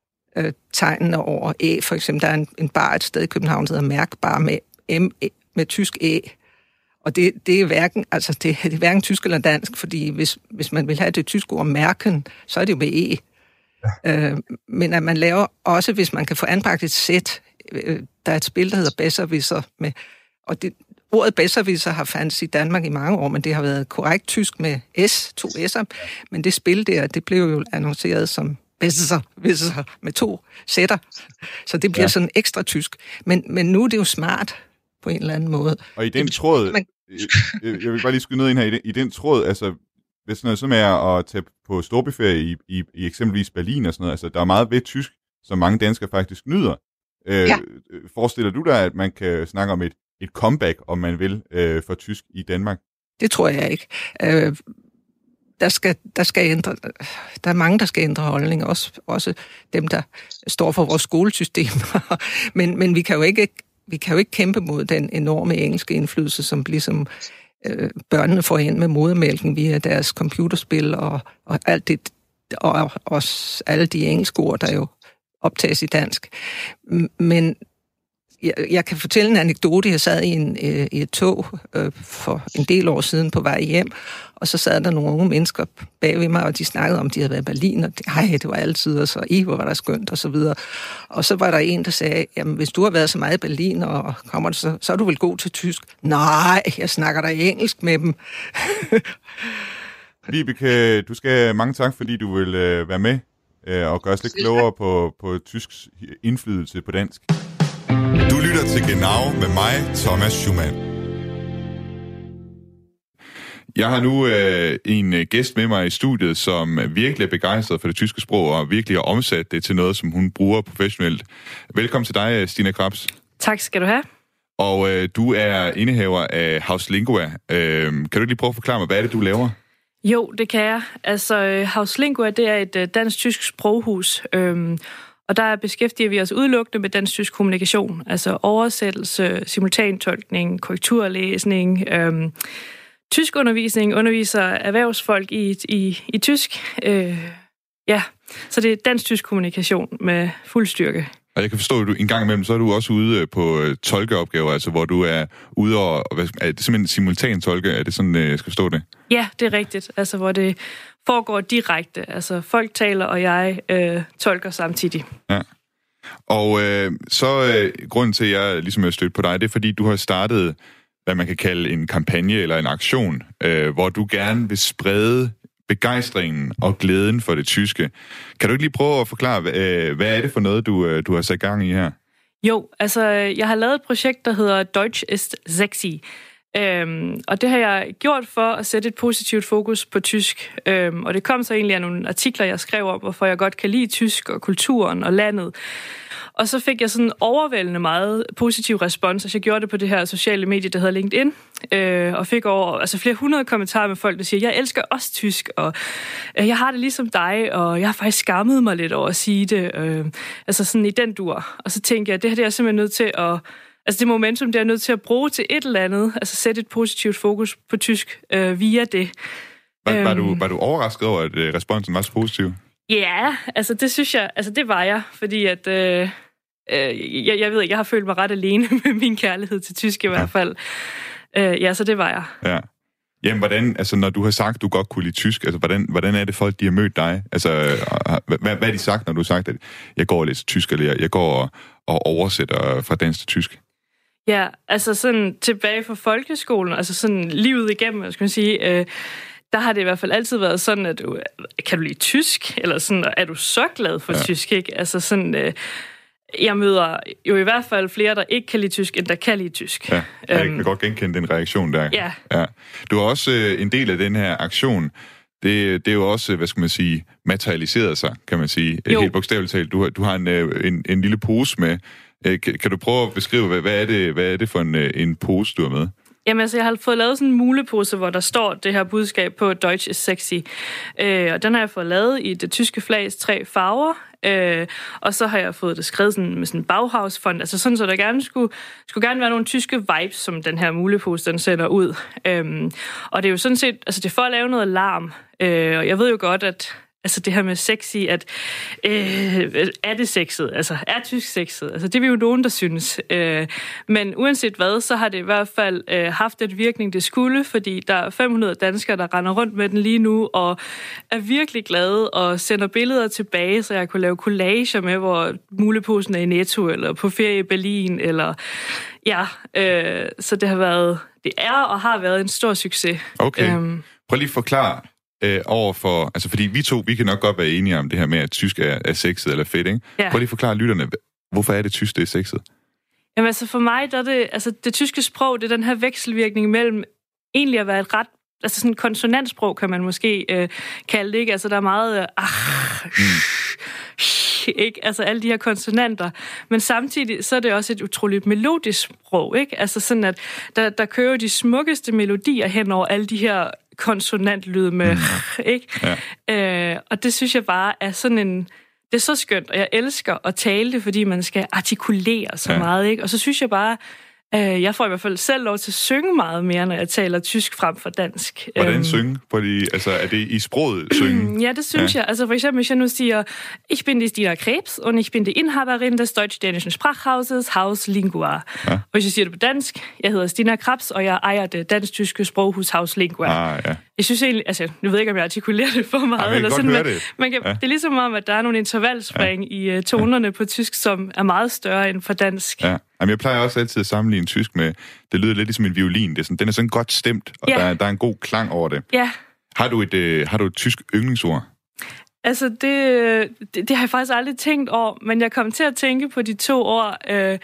tegnene over æ. For eksempel, der er en, en bar et sted i København, der hedder Mærkbar med, M, med tysk æ. Og det, det er hverken, altså det, det er hverken tysk eller dansk, fordi hvis, hvis man vil have det tyske ord mærken, så er det jo med æ. Ja. Øh, men at man laver også, hvis man kan få anbragt et sæt, øh, der er et spil, der hedder Besserwisser med, og det, ordet Besserwisser har fandtes i Danmark i mange år, men det har været korrekt tysk med S, to S'er, men det spil der, det blev jo annonceret som Besser, Besser med to sætter. Så det bliver ja. sådan ekstra tysk. Men, men nu er det jo smart på en eller anden måde. Og i den det, tråd, man... jeg, jeg vil bare lige skyde noget ind her, i den, i den tråd, altså hvis noget som er at tage på storbyferie i, i, i eksempelvis Berlin og sådan noget, altså der er meget ved tysk som mange danskere faktisk nyder. Øh, ja. Forestiller du dig, at man kan snakke om et, et comeback, om man vil, øh, for tysk i Danmark? Det tror jeg ikke. Øh, der, skal, der, skal ændre, der er mange, der skal ændre holdning, også, også dem, der står for vores skolesystem. men, men vi kan jo ikke vi kan jo ikke kæmpe mod den enorme engelske indflydelse, som ligesom øh, børnene får ind med modermælken via deres computerspil og, og alt det, og også alle de engelske ord, der jo optages i dansk. Men jeg, jeg kan fortælle en anekdote. Jeg sad i, en, øh, i et tog øh, for en del år siden på vej hjem, og så sad der nogle unge mennesker bag ved mig, og de snakkede om, de havde været i Berlin, og det, ej, det var altid, og så, i, hvor var der skønt, og så videre. Og så var der en, der sagde, jamen, hvis du har været så meget i Berlin, og kommer så, så er du vel god til tysk. Nej, jeg snakker da engelsk med dem. Vibeke, du skal mange tak, fordi du vil øh, være med øh, og gøre os lidt klogere på, på tysks indflydelse på dansk. Du lytter til Genau med mig, Thomas Schumann. Jeg har nu øh, en øh, gæst med mig i studiet, som virkelig er begejstret for det tyske sprog, og virkelig har omsat det til noget, som hun bruger professionelt. Velkommen til dig, Stine Krabs. Tak skal du have. Og øh, du er indehaver af Haus Lingua. Øh, kan du lige prøve at forklare mig, hvad er det, du laver? Jo, det kan jeg. Altså, Haus Lingua, det er et uh, dansk-tysk sproghus, øhm, og der beskæftiger vi os udelukkende med dansk-tysk kommunikation, altså oversættelse, simultantolkning, korrekturlæsning, øhm, tyskundervisning, underviser erhvervsfolk i, i, i tysk. Øh, ja, så det er dansk-tysk kommunikation med fuld styrke. Og jeg kan forstå, at du en gang imellem, så er du også ude på uh, tolkeopgaver, altså hvor du er ude og, hvad, er det simpelthen simultan tolke, er det sådan, jeg skal forstå det? Ja, det er rigtigt, altså hvor det foregår direkte, altså folk taler, og jeg øh, tolker samtidig. Ja, og øh, så øh, grunden til, at jeg ligesom er stødt på dig, det er, fordi du har startet, hvad man kan kalde en kampagne eller en aktion, øh, hvor du gerne vil sprede begejstringen og glæden for det tyske. Kan du ikke lige prøve at forklare, hvad er det for noget, du, du har sat gang i her? Jo, altså jeg har lavet et projekt, der hedder Deutsch ist sexy. Øhm, og det har jeg gjort for at sætte et positivt fokus på tysk. Øhm, og det kom så egentlig af nogle artikler, jeg skrev om, hvorfor jeg godt kan lide tysk og kulturen og landet. Og så fik jeg sådan overvældende meget positiv respons, og jeg gjorde det på det her sociale medie, der hedder LinkedIn, øh, og fik over altså flere hundrede kommentarer med folk, der siger, jeg elsker også tysk, og øh, jeg har det ligesom dig, og jeg har faktisk skammet mig lidt over at sige det, øh, altså sådan i den dur. Og så tænkte jeg, det her det er jeg simpelthen nødt til at, altså det momentum, det er jeg nødt til at bruge til et eller andet, altså sætte et positivt fokus på tysk øh, via det. Var, var, du, var du overrasket over, at øh, responsen var så positiv? Ja, altså det synes jeg, altså det var jeg, fordi at, øh, øh, jeg, jeg ved ikke, jeg har følt mig ret alene med min kærlighed til tysk i hvert fald. Øh, ja, så det var jeg. Ja. Jamen, hvordan, altså når du har sagt, du godt kunne lide tysk, altså hvordan, hvordan er det folk, de har mødt dig? Altså, hvad, hvad har de sagt, når du har sagt, at jeg går og læser tysk, eller jeg, jeg går og, og oversætter fra dansk til tysk? Ja, altså sådan tilbage fra folkeskolen, altså sådan livet igennem, jeg skal sige, øh, der har det i hvert fald altid været sådan, at du, kan du lide tysk? Eller sådan, er du så glad for ja. tysk, ikke? Altså sådan, øh, jeg møder jo i hvert fald flere, der ikke kan lide tysk, end der kan lide tysk. Ja, jeg kan um, godt genkende den reaktion der. Ja. ja. Du er også øh, en del af den her aktion. Det, det er jo også, hvad skal man sige, materialiseret sig, kan man sige. Jo. Helt bogstaveligt talt. Du har, du har en, en, en lille pose med. Kan, kan du prøve at beskrive, hvad, hvad, er det, hvad er det for en, en pose, du har med? Jamen altså, jeg har fået lavet sådan en mulepose, hvor der står det her budskab på Deutsch ist sexy. Øh, og den har jeg fået lavet i det tyske flags tre farver. Øh, og så har jeg fået det skrevet sådan, med sådan en Bauhaus-font. Altså sådan, så der gerne skulle, skulle gerne være nogle tyske vibes, som den her mulepose, den sender ud. Øh, og det er jo sådan set, altså det er for at lave noget larm. Øh, og jeg ved jo godt, at altså det her med sexy, at øh, er det sexet? Altså er tysk sexet? Altså det er vi jo nogen, der synes. Øh, men uanset hvad, så har det i hvert fald øh, haft et virkning, det skulle, fordi der er fem hundrede danskere, der render rundt med den lige nu, og er virkelig glade og sender billeder tilbage, så jeg kunne lave collager med, hvor muleposen er i Netto, eller på ferie i Berlin, eller ja, øh, så det har været, det er og har været en stor succes. Okay. Øhm, Prøv lige at forklare, Øh, over for, altså fordi vi to, vi kan nok godt være enige om det her med, at tysk er, er sexet eller fedt, ikke? Ja. Prøv lige at forklare lytterne, hvorfor er det tysk, det er sexet? Jamen altså for mig, der er det, altså det tyske sprog, det er den her vekselvirkning mellem egentlig at være et ret altså sådan konsonantsprog, kan man måske øh, kalde det, ikke? Altså, der er meget... Øh, ah, sh, ikke? Altså, alle de her konsonanter. Men samtidig, så er det også et utroligt melodisk sprog, ikke? Altså, sådan at der, der kører de smukkeste melodier hen over alle de her konsonantlyde med... Mm. Ikke? Ja. Øh, og det synes jeg bare er sådan en... Det er så skønt, og jeg elsker at tale det, fordi man skal artikulere så ja. meget, ikke? Og så synes jeg bare, øh, jeg får i hvert fald selv lov til at synge meget mere, når jeg taler tysk frem for dansk. Hvordan øhm. synge? Fordi, altså, er det i sproget synge? Ja, det synes ja. jeg. Altså for eksempel, hvis jeg nu siger, ich bin die Stina Krebs, und ich bin die Inhaberin des deutsch-dänischen Sprachhauses Haus Lingua. Ja. Og hvis jeg siger det på dansk, jeg hedder Stina Krebs, og jeg ejer det dansk-tyske sproghus Haus Lingua. Ah, ja. Jeg synes egentlig, altså, jeg ved ikke, om jeg artikulerer det for meget. Ja, eller sådan, men det. Man kan, ja. Det er ligesom om, at der er nogle intervalspring ja. i uh, tonerne på tysk, som er meget større end for dansk. Ja. Jamen, jeg plejer også altid at sammenligne tysk med, det lyder lidt ligesom en violin. Det er sådan, den er sådan godt stemt, og ja. der, der er en god klang over det. Ja. Har du et, øh, har du et tysk yndlingsord? Altså, det, det, det har jeg faktisk aldrig tænkt over, men jeg kom til at tænke på de to ord, øh,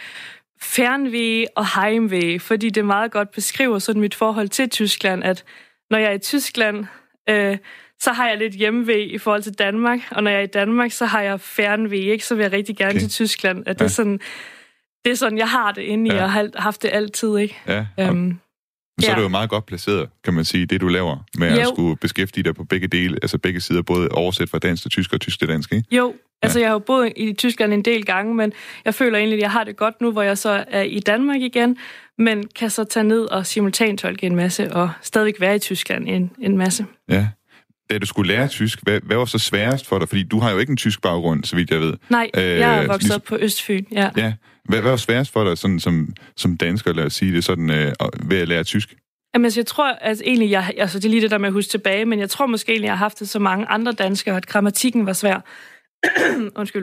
fernweh og heimweh, fordi det meget godt beskriver sådan mit forhold til Tyskland, at når jeg er i Tyskland, øh, så har jeg lidt hjemvej i forhold til Danmark, og når jeg er i Danmark, så har jeg fernweh, ikke? Så vil jeg rigtig gerne okay. til Tyskland. At ja. det, er sådan, det er sådan, jeg har det inde i, ja. og har haft det altid, ikke? Ja, øhm, så ja. er du jo meget godt placeret, kan man sige, det du laver, med jo. at skulle beskæftige dig på begge dele, altså begge sider, både oversæt fra dansk til tysk og tysk til dansk, ikke? Jo, altså ja. jeg har jo boet i Tyskland en del gange, men jeg føler egentlig, at jeg har det godt nu, hvor jeg så er i Danmark igen, men kan så tage ned og simultantolke en masse, og stadigvæk være i Tyskland en, en masse. Ja. Da du skulle lære tysk, hvad, hvad var så sværest for dig? Fordi du har jo ikke en tysk baggrund, så vidt jeg ved. Nej, øh, jeg er vokset ligesom, op på Østfyn, ja. ja. Hvad, hvad var sværest for dig sådan, som, som dansker, lad os sige det, sådan, øh, ved at lære tysk? Jamen, altså, jeg tror, altså egentlig, jeg, altså, det er lige det der med at huske tilbage, men jeg tror måske egentlig, jeg har haft det så mange andre danskere, at grammatikken var svær. Undskyld.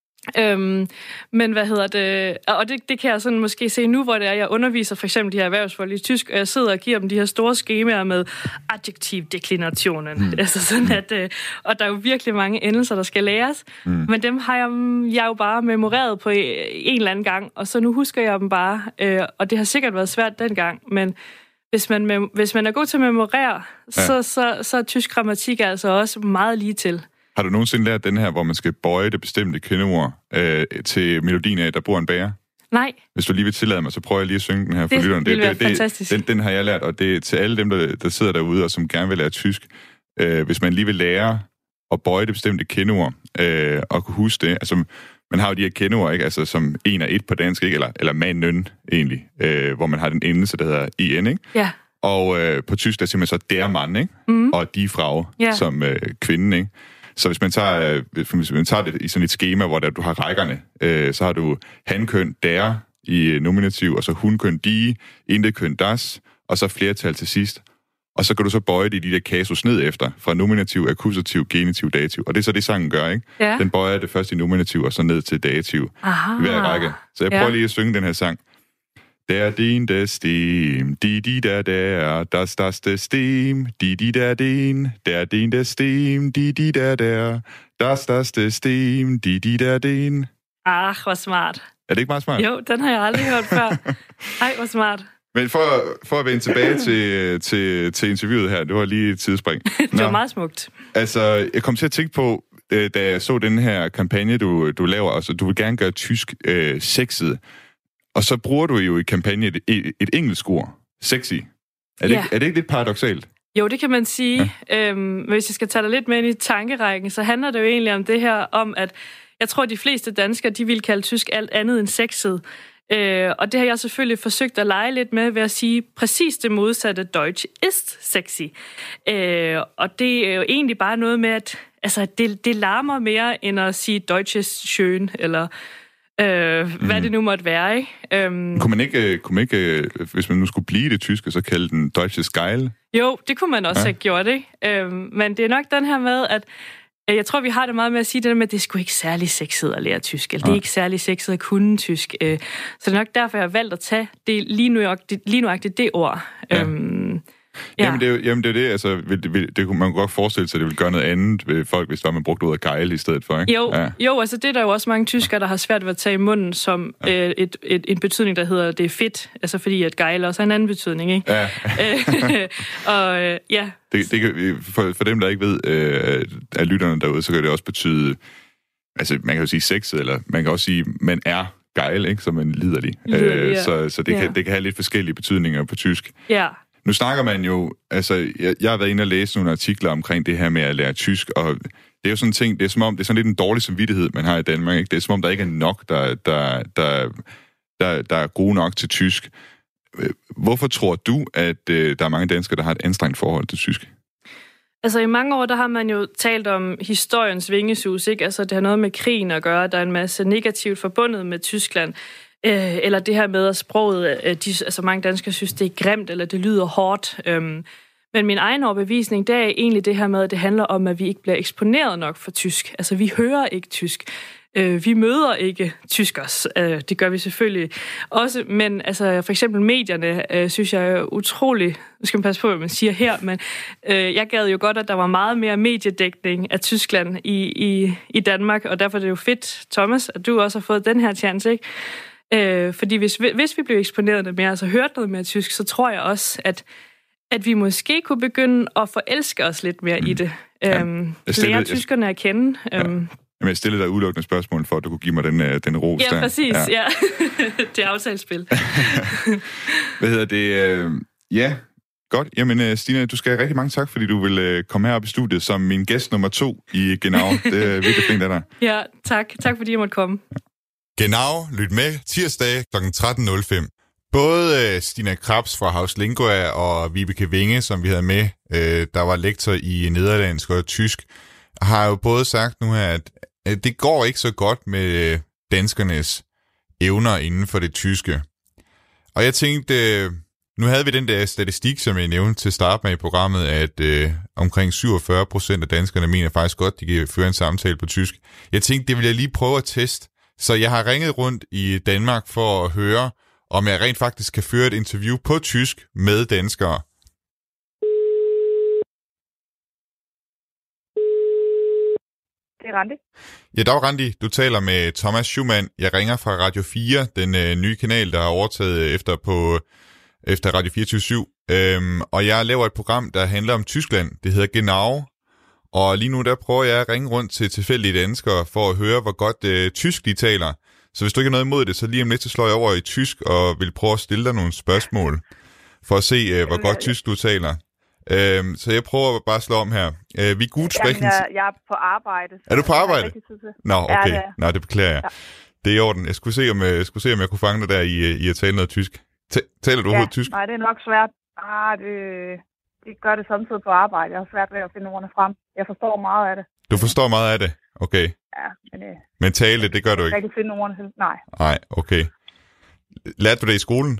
Øhm, men hvad hedder det? Og det, det kan jeg sådan måske se nu, hvor det er, jeg underviser for eksempel de her erhvervsfolk i tysk, og jeg sidder og giver dem de her store skemaer med adjektivdeklinationen. Mm. Altså sådan at, øh, og der er jo virkelig mange endelser, der skal læres, mm. men dem har jeg, jeg jo bare memoreret på en eller anden gang, og så nu husker jeg dem bare, øh, og det har sikkert været svært dengang, men hvis man, hvis man er god til at memorere, ja. så, så, så er tysk grammatik altså også meget lige til. Har du nogensinde lært den her, hvor man skal bøje det bestemte kendeord øh, til melodien af, der bor en bager? Nej. Hvis du lige vil tillade mig, så prøver jeg lige at synge den her for det lytteren. Det, det, det, det den, den har jeg lært, og det er til alle dem, der, der sidder derude og som gerne vil lære tysk. Øh, hvis man lige vil lære at bøje det bestemte kendeord øh, og kunne huske det. Altså, man har jo de her kendeord, ikke? Altså, som en og et på dansk, ikke? Eller, eller man-nøn, egentlig. Øh, hvor man har den endelse, der hedder en, ikke? Ja. Og øh, på tysk, der siger man så der Mann, ikke? Mm. Og die Frau, ja. som øh, kvinden, ikke? Så hvis man tager, øh, hvis man tager det i sådan et skema, hvor der, du har rækkerne, øh, så har du hankøn der i nominativ, og så hunkøn die, intetkøn das, og så flertal til sidst. Og så kan du så bøje det i de der kasus ned efter, fra nominativ, akkusativ, genitiv, dativ. Og det er så det, sangen gør, ikke? Ja. Den bøjer det først i nominativ, og så ned til dativ. Aha. I hver række. Så jeg prøver ja. lige at synge den her sang. Der din der stem, di di der der, das das der stem, di di der den, der din der stem, di di der der, das das der stem, di di der den. Ah, hvor smart. Er det ikke meget smart? Jo, den har jeg aldrig hørt før. Ej, hvor smart. Men for, for at vende tilbage til, til, til interviewet her, det var lige et tidsspring. Det var meget smukt. Altså, jeg kom til at tænke på, da jeg så den her kampagne, du, du laver, altså du vil gerne gøre tysk øh, sexet. Og så bruger du jo i kampagne et, et engelsk ord. Sexy. Er det, ja. ikke, er det ikke lidt paradoksalt? Jo, det kan man sige. Ja. Øhm, hvis jeg skal tage dig lidt med ind i tankerækken, så handler det jo egentlig om det her, om at jeg tror, at de fleste danskere, de vil kalde tysk alt andet end sexet. Øh, og det har jeg selvfølgelig forsøgt at lege lidt med ved at sige præcis det modsatte. Deutsch ist sexy. Øh, og det er jo egentlig bare noget med, at altså, det, det larmer mere end at sige Deutsch ist schön, eller Øh, hvad mm. det nu måtte være, ikke? Um, kunne man ikke, kunne man ikke, hvis man nu skulle blive det tyske, så kalde den Deutsches Geil? Jo, det kunne man også ja. have gjort, ikke? Um, men det er nok den her med, at jeg tror, vi har det meget med at sige det der med, at det er sgu ikke særlig sexet at lære tysk, eller ja. det er ikke særlig sexet at kunne tysk. Uh, så det er nok derfor, jeg har valgt at tage det lige nuagtigt, lige nuagtigt det ord. Ja. Um, Ja. Jamen, det er jo, jamen, det er det. Altså, det, det, det, man kunne godt forestille sig, at det ville gøre noget andet ved folk, hvis der man brugte ordet gejl i stedet for, ikke? Jo, ja. jo, altså det er der jo også mange tyskere, der har svært ved at tage i munden som ja. øh, et, et, en betydning, der hedder, det er fedt. Altså fordi, at gejl også har en anden betydning, ikke? Ja. og øh, ja. Det, det kan, for, for dem, der ikke ved, øh, af lytterne derude, så kan det også betyde, altså man kan jo sige sexet, eller man kan også sige, man er gejl, ikke? Som en liderlig. Liderlig, øh, ja. Så, så det, ja. kan, det kan have lidt forskellige betydninger på tysk. Ja. Nu snakker man jo, altså, jeg, jeg har været inde og læse nogle artikler omkring det her med at lære tysk, og det er jo sådan en ting, det er som om, det er sådan lidt en dårlig samvittighed, man har i Danmark, ikke? Det er som om, der ikke er nok, der, der, der, der, der er gode nok til tysk. Hvorfor tror du, at øh, der er mange danskere, der har et anstrengt forhold til tysk? Altså i mange år, der har man jo talt om historiens vingesus, ikke? Altså det har noget med krigen at gøre, der er en masse negativt forbundet med Tyskland. Øh, eller det her med, at sproget, øh, de, altså mange danskere synes, det er grimt, eller det lyder hårdt. Øhm, men min egen overbevisning, det er egentlig det her med, at det handler om, at vi ikke bliver eksponeret nok for tysk. Altså vi hører ikke tysk. Øh, vi møder ikke tyskers. Øh, det gør vi selvfølgelig også, men altså for eksempel medierne, øh, synes jeg er utrolig, nu skal man passe på, hvad man siger her, men øh, jeg gad jo godt, at der var meget mere mediedækning af Tyskland i, i, i Danmark, og derfor er det jo fedt, Thomas, at du også har fået den her chance, ikke? Øh, fordi hvis, hvis vi blev eksponeret noget mere, altså hørt noget mere tysk, så tror jeg også, at, at vi måske kunne begynde at forelske os lidt mere mm. i det. Ja, øhm, lære tyskerne at kende. Ja. Jamen, jeg stillede dig udelukkende spørgsmål for, at du kunne give mig den, den ros ja, der. Præcis, ja, ja. Det er aftalespil. Hvad hedder det? Øh, ja, godt. Jamen, Stine, du skal have rigtig mange tak, fordi du vil komme herop i studiet som min gæst nummer to i Genau. Det er virkelig fint af dig. Ja, tak. Tak fordi jeg måtte komme. Genau, lyt med tirsdag klokken tretten nul fem. Både Stina Krabs fra Haus Lingua og Vibeke Winge, som vi havde med, der var lektor i nederlandsk og tysk, har jo både sagt nu her, at det går ikke så godt med danskernes evner inden for det tyske. Og jeg tænkte, nu havde vi den der statistik, som jeg nævnte til start med i programmet, at øh, omkring syvogfyrre procent af danskerne mener faktisk godt, de kan føre en samtale på tysk. Jeg tænkte, det vil jeg lige prøve at teste. Så jeg har ringet rundt i Danmark for at høre, om jeg rent faktisk kan føre et interview på tysk med danskere. Det er Randi. Ja, dag Randi. Du taler med Thomas Schumann. Jeg ringer fra Radio fire, den øh, nye kanal, der har overtaget efter, på, efter Radio fireogtyve syv. Øhm, og jeg laver et program, der handler om Tyskland. Det hedder Genau. Og lige nu der prøver jeg at ringe rundt til tilfældige danskere for at høre, hvor godt øh, tysk de taler. Så hvis du ikke har noget imod det, så lige om lidt så slår jeg over i tysk og vil prøve at stille dig nogle spørgsmål for at se, øh, hvor godt tysk du taler. Øhm, så jeg prøver bare at slå om her. Øh, vi gut sprechen... jeg, jeg er på arbejde. Er du på arbejde? Nå, okay. Ja, Nå, det beklager jeg. Ja. Det er i orden. Jeg skulle se, om jeg, skulle se, om jeg kunne fange dig der i, i at tale noget tysk. T- taler du ja, overhovedet tysk? Nej, det er nok svært. Ah, det, det gør det samtidig på arbejde. Jeg har svært ved at finde ordene frem. Jeg forstår meget af det. Du forstår meget af det? Okay. Ja, men... Øh, men tale, det gør du ikke? Jeg kan ikke finde ordene. Nej. Nej, okay. Lærte du det i skolen?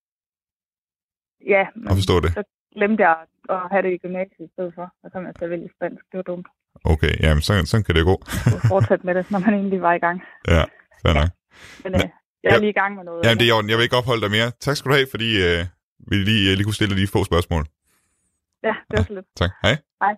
Ja, men forstår det. Så glemte jeg at have det i gymnasiet i stedet for. Så kom jeg til at vælge spansk. Det var dumt. Okay, jamen sådan, sådan kan det gå. Fortsæt med det, når man egentlig var i gang. Ja, fair nok. Men øh, jeg er lige i gang med noget. Jamen det er i orden. Jeg vil ikke opholde dig mere. Tak skal du have, fordi øh, vi lige, lige kunne stille de få spørgsmål. Ja, det var så lidt. Tak. Hej. Hej.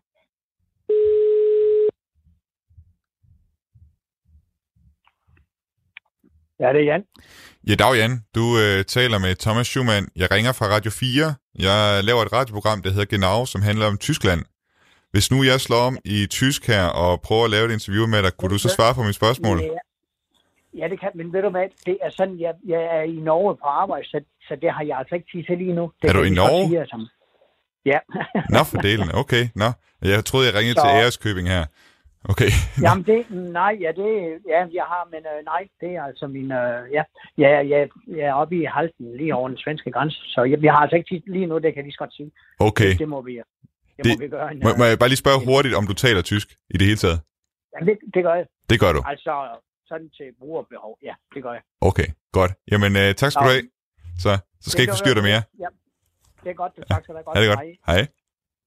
Ja, det er Jan. Ja, dag Jan. Du øh, taler med Thomas Schumann. Jeg ringer fra Radio fire. Jeg laver et radioprogram, der hedder Genau, som handler om Tyskland. Hvis nu jeg slår om i tysk her og prøver at lave et interview med dig, kunne du så svare på mine spørgsmål? Ja, ja det kan, men ved du hvad, det er sådan, jeg, jeg er i Norge på arbejde, så, så det har jeg altså ikke tid til lige nu. Det er du i Norge? Sige, som... Ja. Nå, for delen. Okay, nå. Jeg troede, jeg ringede så... til Æreskøbing her. Okay. Jamen det, nej, ja, det, ja, jeg har, men øh, nej, det er altså min, øh, ja, ja, ja, jeg er oppe i Halten, lige over den svenske grænse, så jeg, jeg har altså ikke tid lige nu, det kan jeg lige så godt sige. Okay. Det, det må vi, det, det må vi gøre. En, må, må jeg bare lige spørge hurtigt, om du taler tysk i det hele taget? Ja, det, det gør jeg. Det gør du? Altså, sådan til brugerbehov, ja, det gør jeg. Okay, godt. Jamen, øh, tak skal du have. Så, så skal jeg ikke forstyrre dig mere. Ja, det er godt, det tak skal du have. Ha' det godt. Hej. Hej.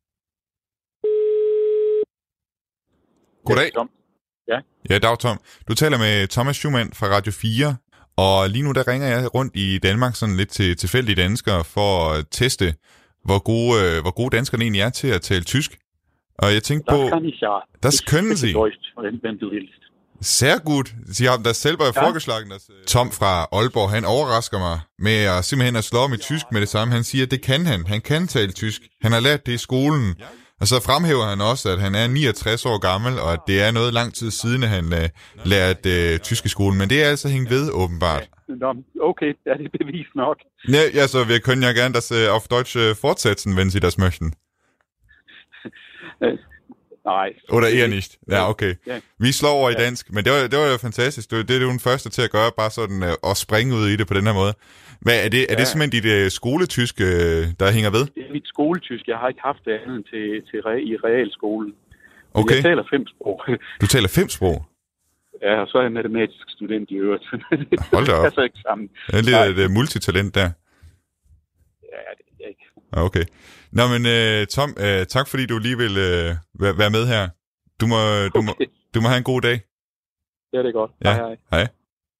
Goddag. Tom. Ja. Ja, dag Tom. Du taler med Thomas Schumann fra Radio fire, og lige nu der ringer jeg rundt i Danmark sådan lidt til tilfældige danskere for at teste, hvor gode, øh, hvor gode danskerne egentlig er til at tale tysk. Og jeg tænkte das på... kann ich ja. Das können Sie. Deutsch, wenn du willst. Sehr gut. Sie haben das selber ja. vorgeschlagen. Dass, Tom fra Aalborg, han overrasker mig med at simpelthen at slå om i tysk med det samme. Han siger, at det kan han. Han kan tale tysk. Han har lært det i skolen. Og så fremhæver han også, at han er niogtres år gammel, og at det er noget lang tid siden, at han uh, lærte uh, tysk i skolen. Men det er altså hængt ved, åbenbart. Okay, ja, det er bevis nok. Ja, also wir können ja gern das uh, auf Deutsch uh, fortsetzen, wenn Sie das möchten. Nej. Oder eher nicht. Ja, okay. Ja. Vi slår over i dansk, men det var, det var jo fantastisk. Det, det er jo den første til at gøre, bare sådan uh, at springe ud i det på den her måde. Hvad, er det, er det ja. simpelthen dit uh, skoletysk, uh, der hænger ved? Det er mit skoletysk. Jeg har ikke haft det andet til, til re, i realskolen. Okay. Jeg taler fem sprog. Du taler fem sprog? Ja, og så er jeg matematisk student i øvrigt. Hold da op. Det er så ikke sammen. Det er lidt et uh, multitalent der. Ja, det er jeg ikke. Okay. Nå, men uh, Tom, uh, tak fordi du lige vil uh, være, være med her. Du må, okay. du, må, du må have en god dag. Ja, det er godt. Ja. Hej, hej. Hej.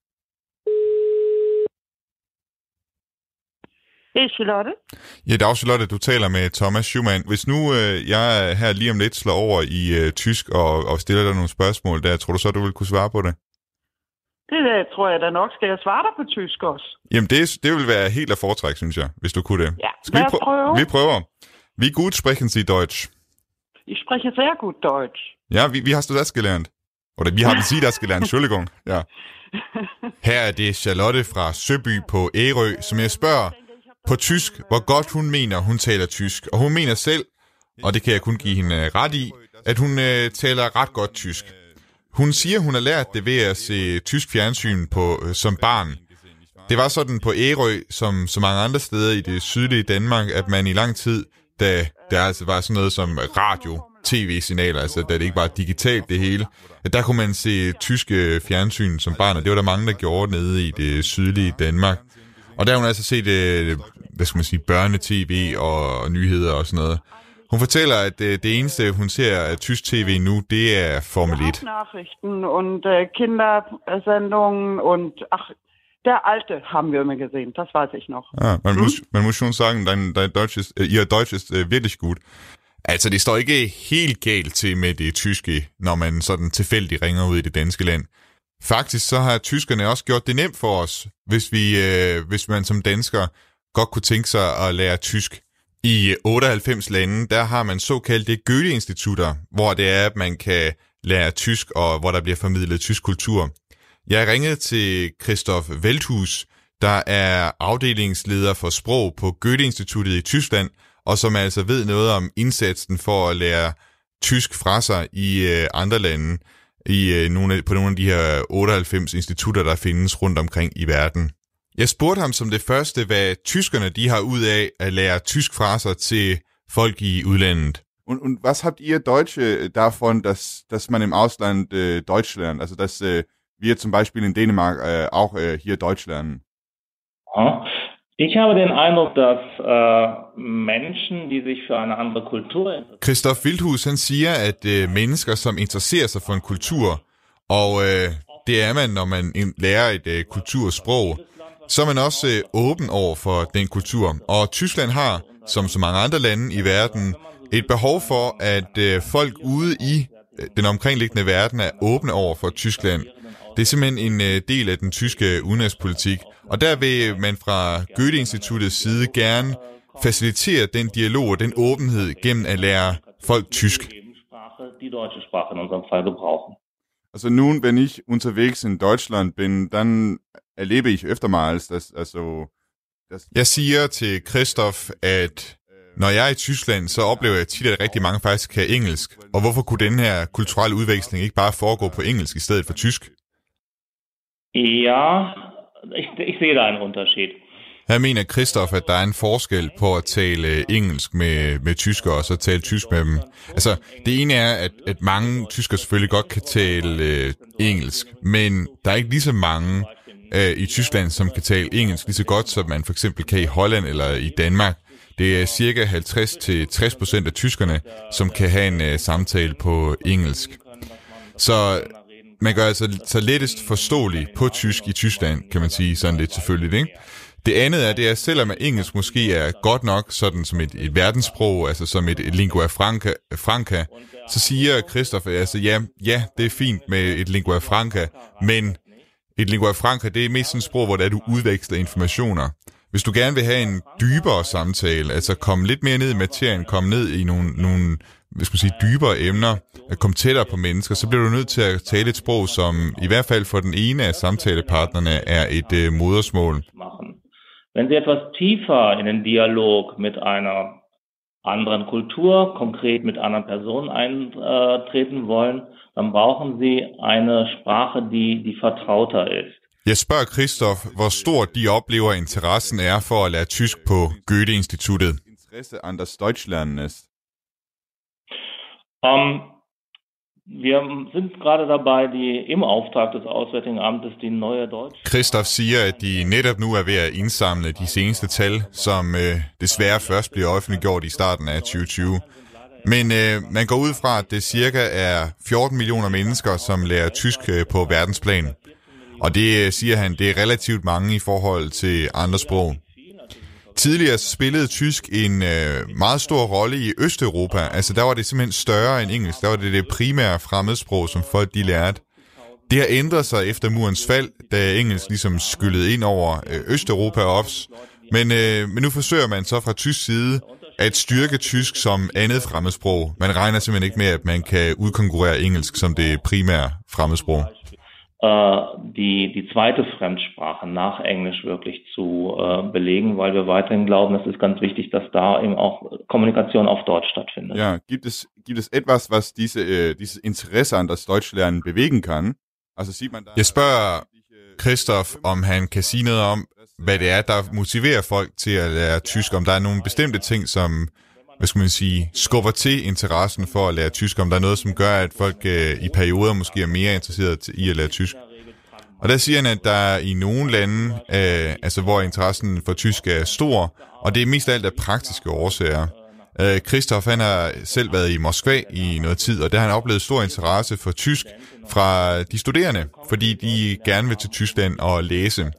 Det er Charlotte. Ja, det er også Charlotte, du taler med Thomas Schumann. Hvis nu uh, jeg her lige om lidt slår over i uh, tysk og, og stiller dig nogle spørgsmål der, tror du så, du vil kunne svare på det? Det der, tror jeg da nok. Skal jeg svare dig på tysk også? Jamen, det, det vil være helt af foretræk, synes jeg, hvis du kunne det. Ja, skal vi prø- prøve. Vi prøver. Wie gut sprechen Sie Deutsch? Ich spreche sehr gut Deutsch. Ja, wie, wie hast du das gelernt? Oder wie haben Sie das gelernt? Entschuldigung. Ja. Her er det Charlotte fra Søby på Ærø, som jeg spørger på tysk, hvor godt hun mener, hun taler tysk. Og hun mener selv, og det kan jeg kun give hende ret i, at hun øh, taler ret godt tysk. Hun siger, hun har lært det ved at se tysk fjernsyn på, øh, som barn. Det var sådan på Ærø, som så mange andre steder i det sydlige Danmark, at man i lang tid, da der altså var sådan noget som radio, tv-signaler, altså da det ikke var digitalt det hele, at der kunne man se tyske fjernsyn som barn, og det var der mange, der gjorde nede i det sydlige Danmark. Og der har hun altså set, øh, hvad skal man sige, børnetv og nyheder og sådan noget. Hun fortæller, at øh, det eneste, hun ser af tysk tv nu, det er Formel et. Nachrichten und äh, Kindersendungen und ach, der Alte haben wir immer gesehen, das weiß ich noch. Ja, man, mm. muss, man muss schon sagen, dein, dein Deutsch ist, äh, ihr Deutsch ist äh, wirklich gut. Altså, det står ikke helt galt til med det tyske, når man sådan tilfældigt ringer ud i det danske land. Faktisk så har tyskerne også gjort det nemt for os, hvis, vi, øh, hvis man som dansker godt kunne tænke sig at lære tysk. I otteoghalvfems lande, der har man såkaldte Goethe-institutter, hvor det er, at man kan lære tysk, og hvor der bliver formidlet tysk kultur. Jeg ringede til Christoph Welthus, der er afdelingsleder for sprog på Goethe-instituttet i Tyskland, og som altså ved noget om indsatsen for at lære tysk fra sig i øh, andre lande, i, øh, nogle, på nogle af de her otteoghalvfems institutter, der findes rundt omkring i verden. Jeg spurgte ham som det første, hvad tyskerne de har ud af at lære tysk fra sig til folk i udlandet. Und, und was habt ihr Deutsche davon, dass, dass man im Ausland äh, Deutsch lernt? Also dass äh, wir zum Beispiel in Dänemark äh, auch äh, hier Deutsch lernen? Ich habe den Eindruck, dass äh, Menschen, die sich für eine andere Kultur interessieren... Christoph Wildhus, han siger, at øh, mennesker, som interesserer sig for en kultur, og øh, det er man, når man lærer et øh, kultursprog, så er man også øh, åben over for den kultur. Og Tyskland har, som så mange andre lande i verden, et behov for, at øh, folk ude i øh, den omkringliggende verden er åbne over for Tyskland. Det er simpelthen en øh, del af den tyske udenrigspolitik. Og der vil man fra Goethe-instituttets side gerne facilitere den dialog og den åbenhed gennem at lære folk tysk. Die deutsche Sprache in unserem Fall gebrauchen. Also nun, wenn ich unterwegs in Deutschland bin, dann erlebe ich öftermals, dass also dass Jeg siger til Christoph, at når jeg er i Tyskland, så oplever jeg tit, at rigtig mange faktisk kan engelsk. Og hvorfor kunne den her kulturelle udveksling ikke bare foregå på engelsk i stedet for tysk? Ja, ich, ich sehe da einen Unterschied. Her mener Christoph, at der er en forskel på at tale engelsk med, med tyskere, og så tale tysk med dem. Altså, det ene er, at, at mange tyskere selvfølgelig godt kan tale øh, engelsk, men der er ikke lige så mange øh, i Tyskland, som kan tale engelsk lige så godt, som man for eksempel kan i Holland eller i Danmark. Det er cirka halvtreds til tres procent af tyskerne, som kan have en øh, samtale på engelsk. Så man gør altså så lettest forståelig på tysk i Tyskland, kan man sige sådan lidt selvfølgelig, ikke? Det andet er, det er, selvom engelsk måske er godt nok sådan som et, et verdenssprog, altså som et, et lingua franca, franca, så siger Christoph, altså ja, ja, det er fint med et lingua franca, men et lingua franca, det er mest sådan et sprog, hvor der du udveksler informationer. Hvis du gerne vil have en dybere samtale, altså komme lidt mere ned i materien, komme ned i nogle, nogle hvis man siger, dybere emner, at komme tættere på mennesker, så bliver du nødt til at tale et sprog, som i hvert fald for den ene af samtalepartnerne er et øh, modersmål. Wenn Sie etwas tiefer in den Dialog mit einer anderen Kultur, konkret mit anderen Personen eintreten wollen, dann brauchen Sie eine Sprache, die, die vertrauter ist. Jeg spørger Christoph, hvor stor de oplever interessen er for at lære tysk på Goethe-instituttet. Interesse an das Deutschlernen ist. Um, wir sind gerade dabei, die im Auftrag des Auswärtigen Amtes die neue Deutsch. Christoph siger, at de netop nu er ved at indsamle de seneste tal, som øh, desværre først bliver offentliggjort i starten af tyve tyve. Men øh, man går ud fra, at det cirka er fjorten millioner mennesker, som lærer tysk øh, på verdensplan. Og det, siger han, det er relativt mange i forhold til andre sprog. Tidligere spillede tysk en øh, meget stor rolle i Østeuropa. Altså der var det simpelthen større end engelsk. Der var det det primære fremmedsprog, som folk de lærte. Det har ændret sig efter murens fald, da engelsk ligesom skyllede ind over øh, Østeuropa og ops. Men, øh, men nu forsøger man så fra tysk side at styrke tysk som andet fremmedsprog. Man regner simpelthen ikke med, at man kan udkonkurrere engelsk som det primære fremmedsprog. Die, die zweite Fremdsprache nach Englisch wirklich zu äh, belegen, weil wir weiterhin glauben, es ist ganz wichtig, dass da eben auch Kommunikation auf Deutsch stattfindet. Ja, gibt es, gibt es etwas, was diese, äh, diese Interesse an das Deutschlernen bewegen kann? Also sieht man da... Jeg spørger Christoph, om han kan sige noget om, hvad det er, der motiverer folk til at lære tysk, om der er nogle bestemte ting, som, hvad skal man sige, skubber til interessen for at lære tysk, om der er noget, som gør, at folk øh, i perioder måske er mere interesseret i at lære tysk. Og der siger han, at der er i nogle lande, øh, altså hvor interessen for tysk er stor, og det er mest af alt af praktiske årsager. Øh, Christoph, han har selv været i Moskva i noget tid, og der har han oplevet stor interesse for tysk fra de studerende, fordi de gerne vil til Tyskland og læse.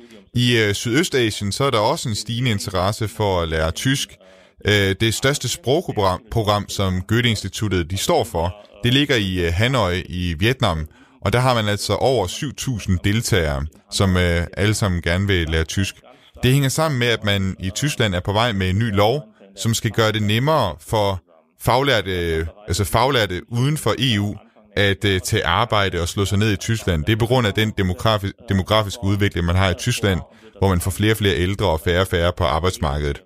I øh, Sydøstasien, så er der også en stigende interesse for at lære tysk. Det største sprogprogram, program, som Goethe-instituttet de står for, det ligger i Hanoi i Vietnam, og der har man altså over syv tusind deltagere, som øh, alle sammen gerne vil lære tysk. Det hænger sammen med, at man i Tyskland er på vej med en ny lov, som skal gøre det nemmere for faglærte, altså faglærte uden for E U at øh, tage arbejde og slå sig ned i Tyskland. Det er på grund af den demografi- demografiske udvikling, man har i Tyskland, hvor man får flere og flere ældre og færre og færre på arbejdsmarkedet.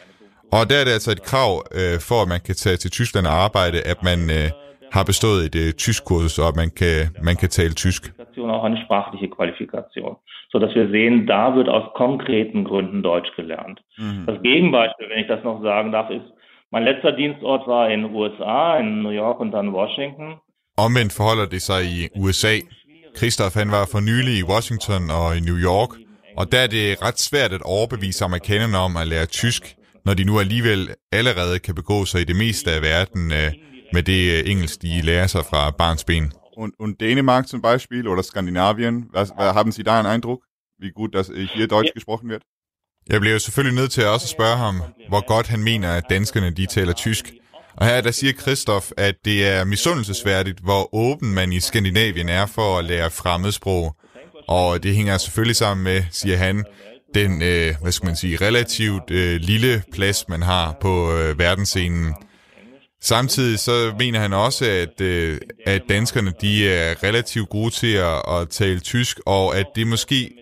Og der er det altså et krav øh, for, at man kan tage til Tyskland og arbejde, at man øh, har bestået et øh, tyskkursus, og at man kan, man kan tale tysk. Auch eine sprachliche Qualifikation, so dass wir sehen, da wird aus konkreten Gründen Deutsch gelernt. Mhm. Das Gegenbeispiel, wenn ich das noch sagen darf, ist, mein letzter Dienstort war in U S A, in New York und dann Washington. Omvendt forholder det sig i U S A. Christoph, han var for nylig i Washington og i New York, og der er det ret svært at overbevise amerikanerne om at lære tysk, når de nu alligevel allerede kan begå sig i det meste af verden øh, med det øh, engelsk, de lærer sig fra barnsben. Und, und Dänemark zum Beispiel oder Skandinavien, was, was haben Sie da einen Eindruck, wie gut das hier Deutsch gesprochen wird? Jeg bliver jo selvfølgelig nødt til også at spørge ham, hvor godt han mener, at danskerne de taler tysk. Og her der siger Christoph, at det er misundelsesværdigt, hvor åben man i Skandinavien er for at lære fremmedsprog. Og det hænger selvfølgelig sammen med, siger han, den, øh, hvad skal man sige, relativt øh, lille plads, man har på øh, verdensscenen. Samtidig så mener han også, at, øh, at danskerne de er relativt gode til at, at tale tysk, og at det måske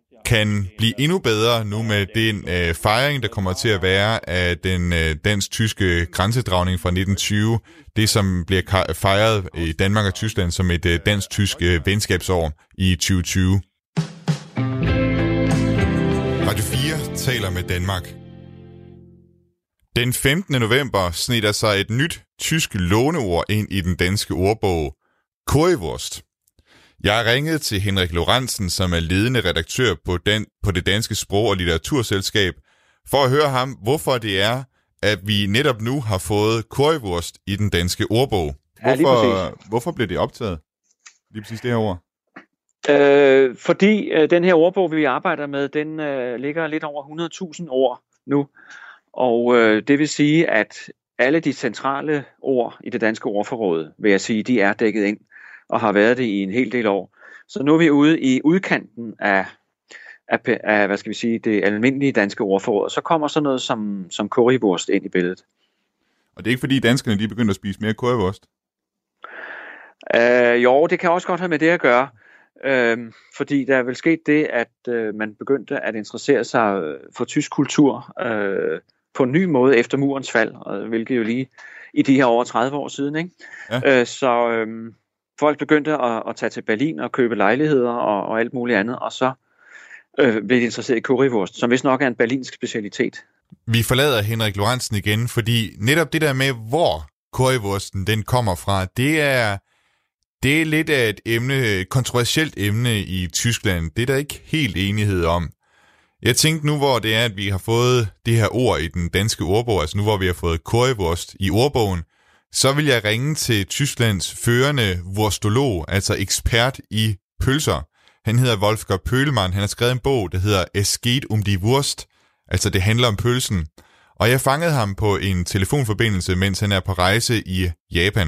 kan blive endnu bedre nu med den øh, fejring, der kommer til at være af den øh, dansk-tyske grænsedragning fra nitten tyve. Det, som bliver fejret i Danmark og Tyskland som et øh, dansk-tysk øh, venskabsår i tyve tyve. Radio fire taler med Danmark. Den femtende november sned der sig et nyt tysk låneord ind i den danske ordbog, currywurst. Jeg har ringet til Henrik Lorentzen, som er ledende redaktør på, den, på det danske sprog- og litteraturselskab, for at høre ham, hvorfor det er, at vi netop nu har fået currywurst i den danske ordbog. Hvorfor, ja, hvorfor blev det optaget? Lige præcis det her ord. Øh, fordi øh, den her ordbog, vi arbejder med, den øh, ligger lidt over hundrede tusind ord nu. Og øh, det vil sige, at alle de centrale ord i det danske ordforråd, vil jeg sige, de er dækket ind og har været det i en hel del år. Så nu er vi ude i udkanten af, af, af hvad skal vi sige, det almindelige danske ordforråd. Så kommer sådan noget som, som currywurst ind i billedet. Og det er ikke fordi danskerne de er begyndt at spise mere currywurst? Øh, jo, det kan også godt have med det at gøre. Øh, fordi der er vel sket det, at øh, man begyndte at interessere sig for tysk kultur øh, på en ny måde efter murens fald, og hvilket jo lige i de her over tredive år siden, ikke? Ja. Øh, så øh, folk begyndte at, at tage til Berlin og købe lejligheder og, og alt muligt andet, og så øh, blev de interesseret i currywurst, som vist nok er en berlinsk specialitet. Vi forlader Henrik Lorentzen igen, fordi netop det der med, hvor currywursten den kommer fra, det er, det er lidt af et emne, et kontroversielt emne i Tyskland. Det er der ikke helt enighed om. Jeg tænkte nu, hvor det er, at vi har fået det her ord i den danske ordbog, altså nu hvor vi har fået currywurst i ordbogen, så vil jeg ringe til Tysklands førende wurstolog, altså ekspert i pølser. Han hedder Wolfgang Pöhlmann. Han har skrevet en bog, der hedder Es geht um die Wurst, altså det handler om pølsen. Og jeg fangede ham på en telefonforbindelse, mens han er på rejse i Japan.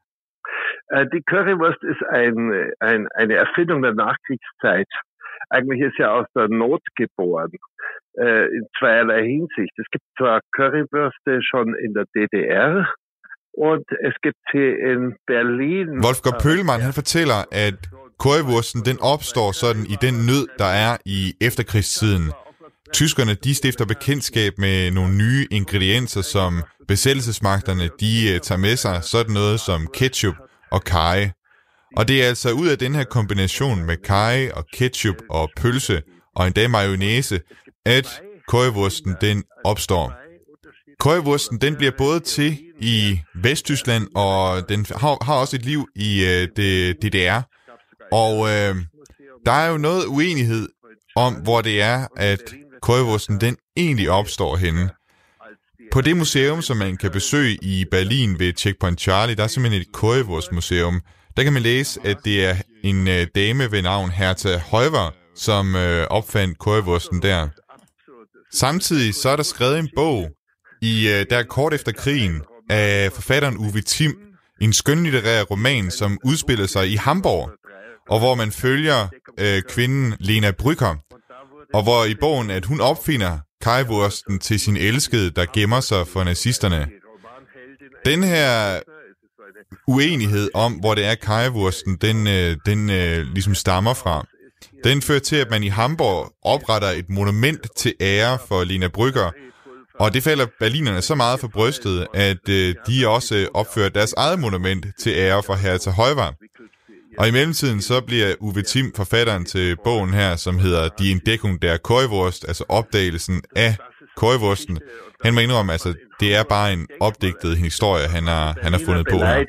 Die Currywurst ist ein, ein, eine Erfindung der Nachkriegszeit. Eigentlich ist ja aus der Not geboren, äh, in zweierlei Hinsicht. Es gibt zwar Currywürste schon in der D D R, und es gibt hier in Berlin... Wolfgang Pöhlmann, han fortæller, at currywursten den opstår sådan i den nød, der er i efterkrigstiden. Tyskerne, de stifter bekendtskab med nogle nye ingredienser, som besættelsesmagterne, de tager med sig, sådan noget som ketchup og karry. Og det er altså ud af den her kombination med karry og ketchup og pølse og endda mayonnaise, at currywursten den opstår. Currywursten den bliver både til i Vesttyskland, og den har, har også et liv i øh, det D D R. Og øh, der er jo noget uenighed om, hvor det er, at currywursten den egentlig opstår henne. På det museum, som man kan besøge i Berlin ved Checkpoint Charlie, der er simpelthen et currywurstmuseum. Der kan man læse, at det er en øh, dame ved navn Hertha Heuwer, som øh, opfandt currywursten der. Samtidig så er der skrevet en bog, i øh, der kort efter krigen, af forfatteren Uwe Timm, en skønlitterær roman, som udspiller sig i Hamburg, og hvor man følger øh, kvinden Lena Brücker, og hvor i bogen, at hun opfinder currywursten til sin elskede, der gemmer sig for nazisterne. Den her uenighed om, hvor det er currywursten, den, øh, den øh, ligesom stammer fra, den fører til, at man i Hamburg opretter et monument til ære for Lena Brücker, og det falder berlinerne så meget for brystet, at øh, de også opfører deres eget monument til ære for Hertha Heuwer. Og i mellemtiden så bliver Uwe Timm, forfatteren til bogen her, som hedder Die Entdeckung der Currywurst, altså opdagelsen af currywursten. Han må indrømme, altså det er bare en opdigtet historie, han har, han har fundet på her.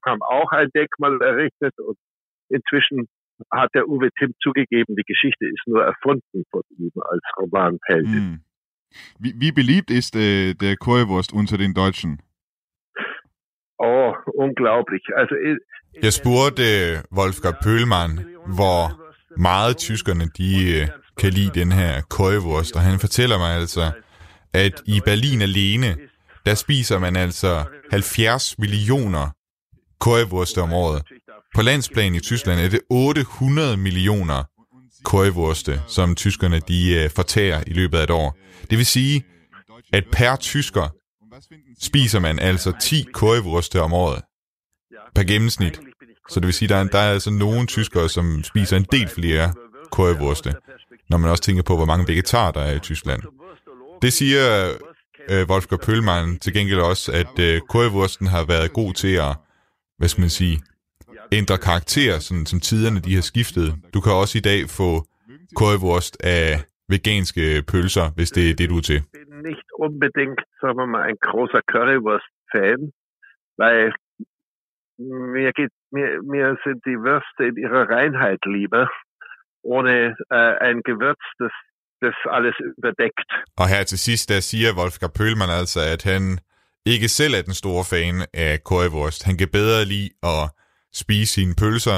Inzwischen hat der Uwe Timm zugegeben, die Geschichte ist nur erfunden von ihm als Romanheldin. Mm. Wie, wie beliebt ist äh, der Currywurst unter den Deutschen? Oh, unglaublich. Also, jeg spurgte uh, Wolfgang Pöhlmann, hvor meget tyskerne de uh, kan lide den her currywurst, og han fortæller mig altså, at i Berlin alene, der spiser man altså halvfjerds millioner currywurste om året. På landsplan i Tyskland er det otte hundrede millioner currywurste, som tyskerne de uh, fortærer i løbet af et år. Det vil sige, at per tysker spiser man altså ti currywurste om året per gennemsnit. Så det vil sige, at der er, der er altså nogle tyskere, som spiser en del flere currywurste, når man også tænker på, hvor mange vegetarer der er i Tyskland. Det siger øh, Wolfgang Pöhlmann til gengæld også, at øh, currywursten har været god til at, hvad skal man sige, ændre karakter, sådan, som tiderne de har skiftet. Du kan også i dag få currywurst af veganske pølser, hvis det er det, du er til. Nicht unbedingt, sagen wir mal, ein großer Currywurst-Fan, weil mir geht, mir, mir sind die Würste in ihrer Reinheit lieber, ohne äh, ein Gewürz, das, das alles überdeckt. Og her til sidst, der siger Wolfgang Pöhlmann altså, at han ikke selv er den store fan af currywurst. Han kan bedre lide at spise sine pølser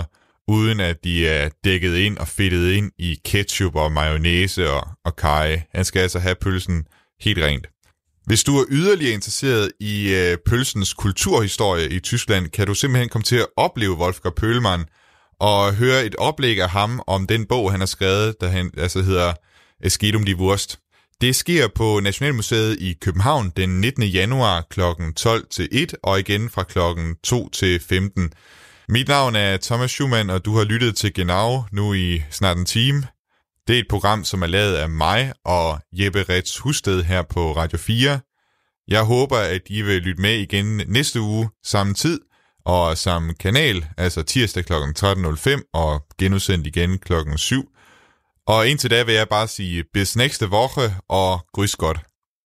uden at de er dækket ind og fedtet ind i ketchup og mayonnaise og, og karry. Han skal altså have pølsen helt rent. Hvis du er yderligere interesseret i øh, pølsens kulturhistorie i Tyskland, kan du simpelthen komme til at opleve Wolfgang Pöhlmann og høre et oplæg af ham om den bog, han har skrevet, der han, altså hedder Es geht um die Wurst. Det sker på Nationalmuseet i København den nittende januar klokken tolv til et og igen fra klokken to til femten. Mit navn er Thomas Schumann, og du har lyttet til Genau nu i snart en time. Det er et program, som er lavet af mig og Jeppe Retz Husted her på Radio fire. Jeg håber, at I vil lytte med igen næste uge samme tid og samme kanal, altså tirsdag klokken tretten nul fem og genudsendt igen klokken syv. Og indtil da vil jeg bare sige bis næste Woche og grüß Gott.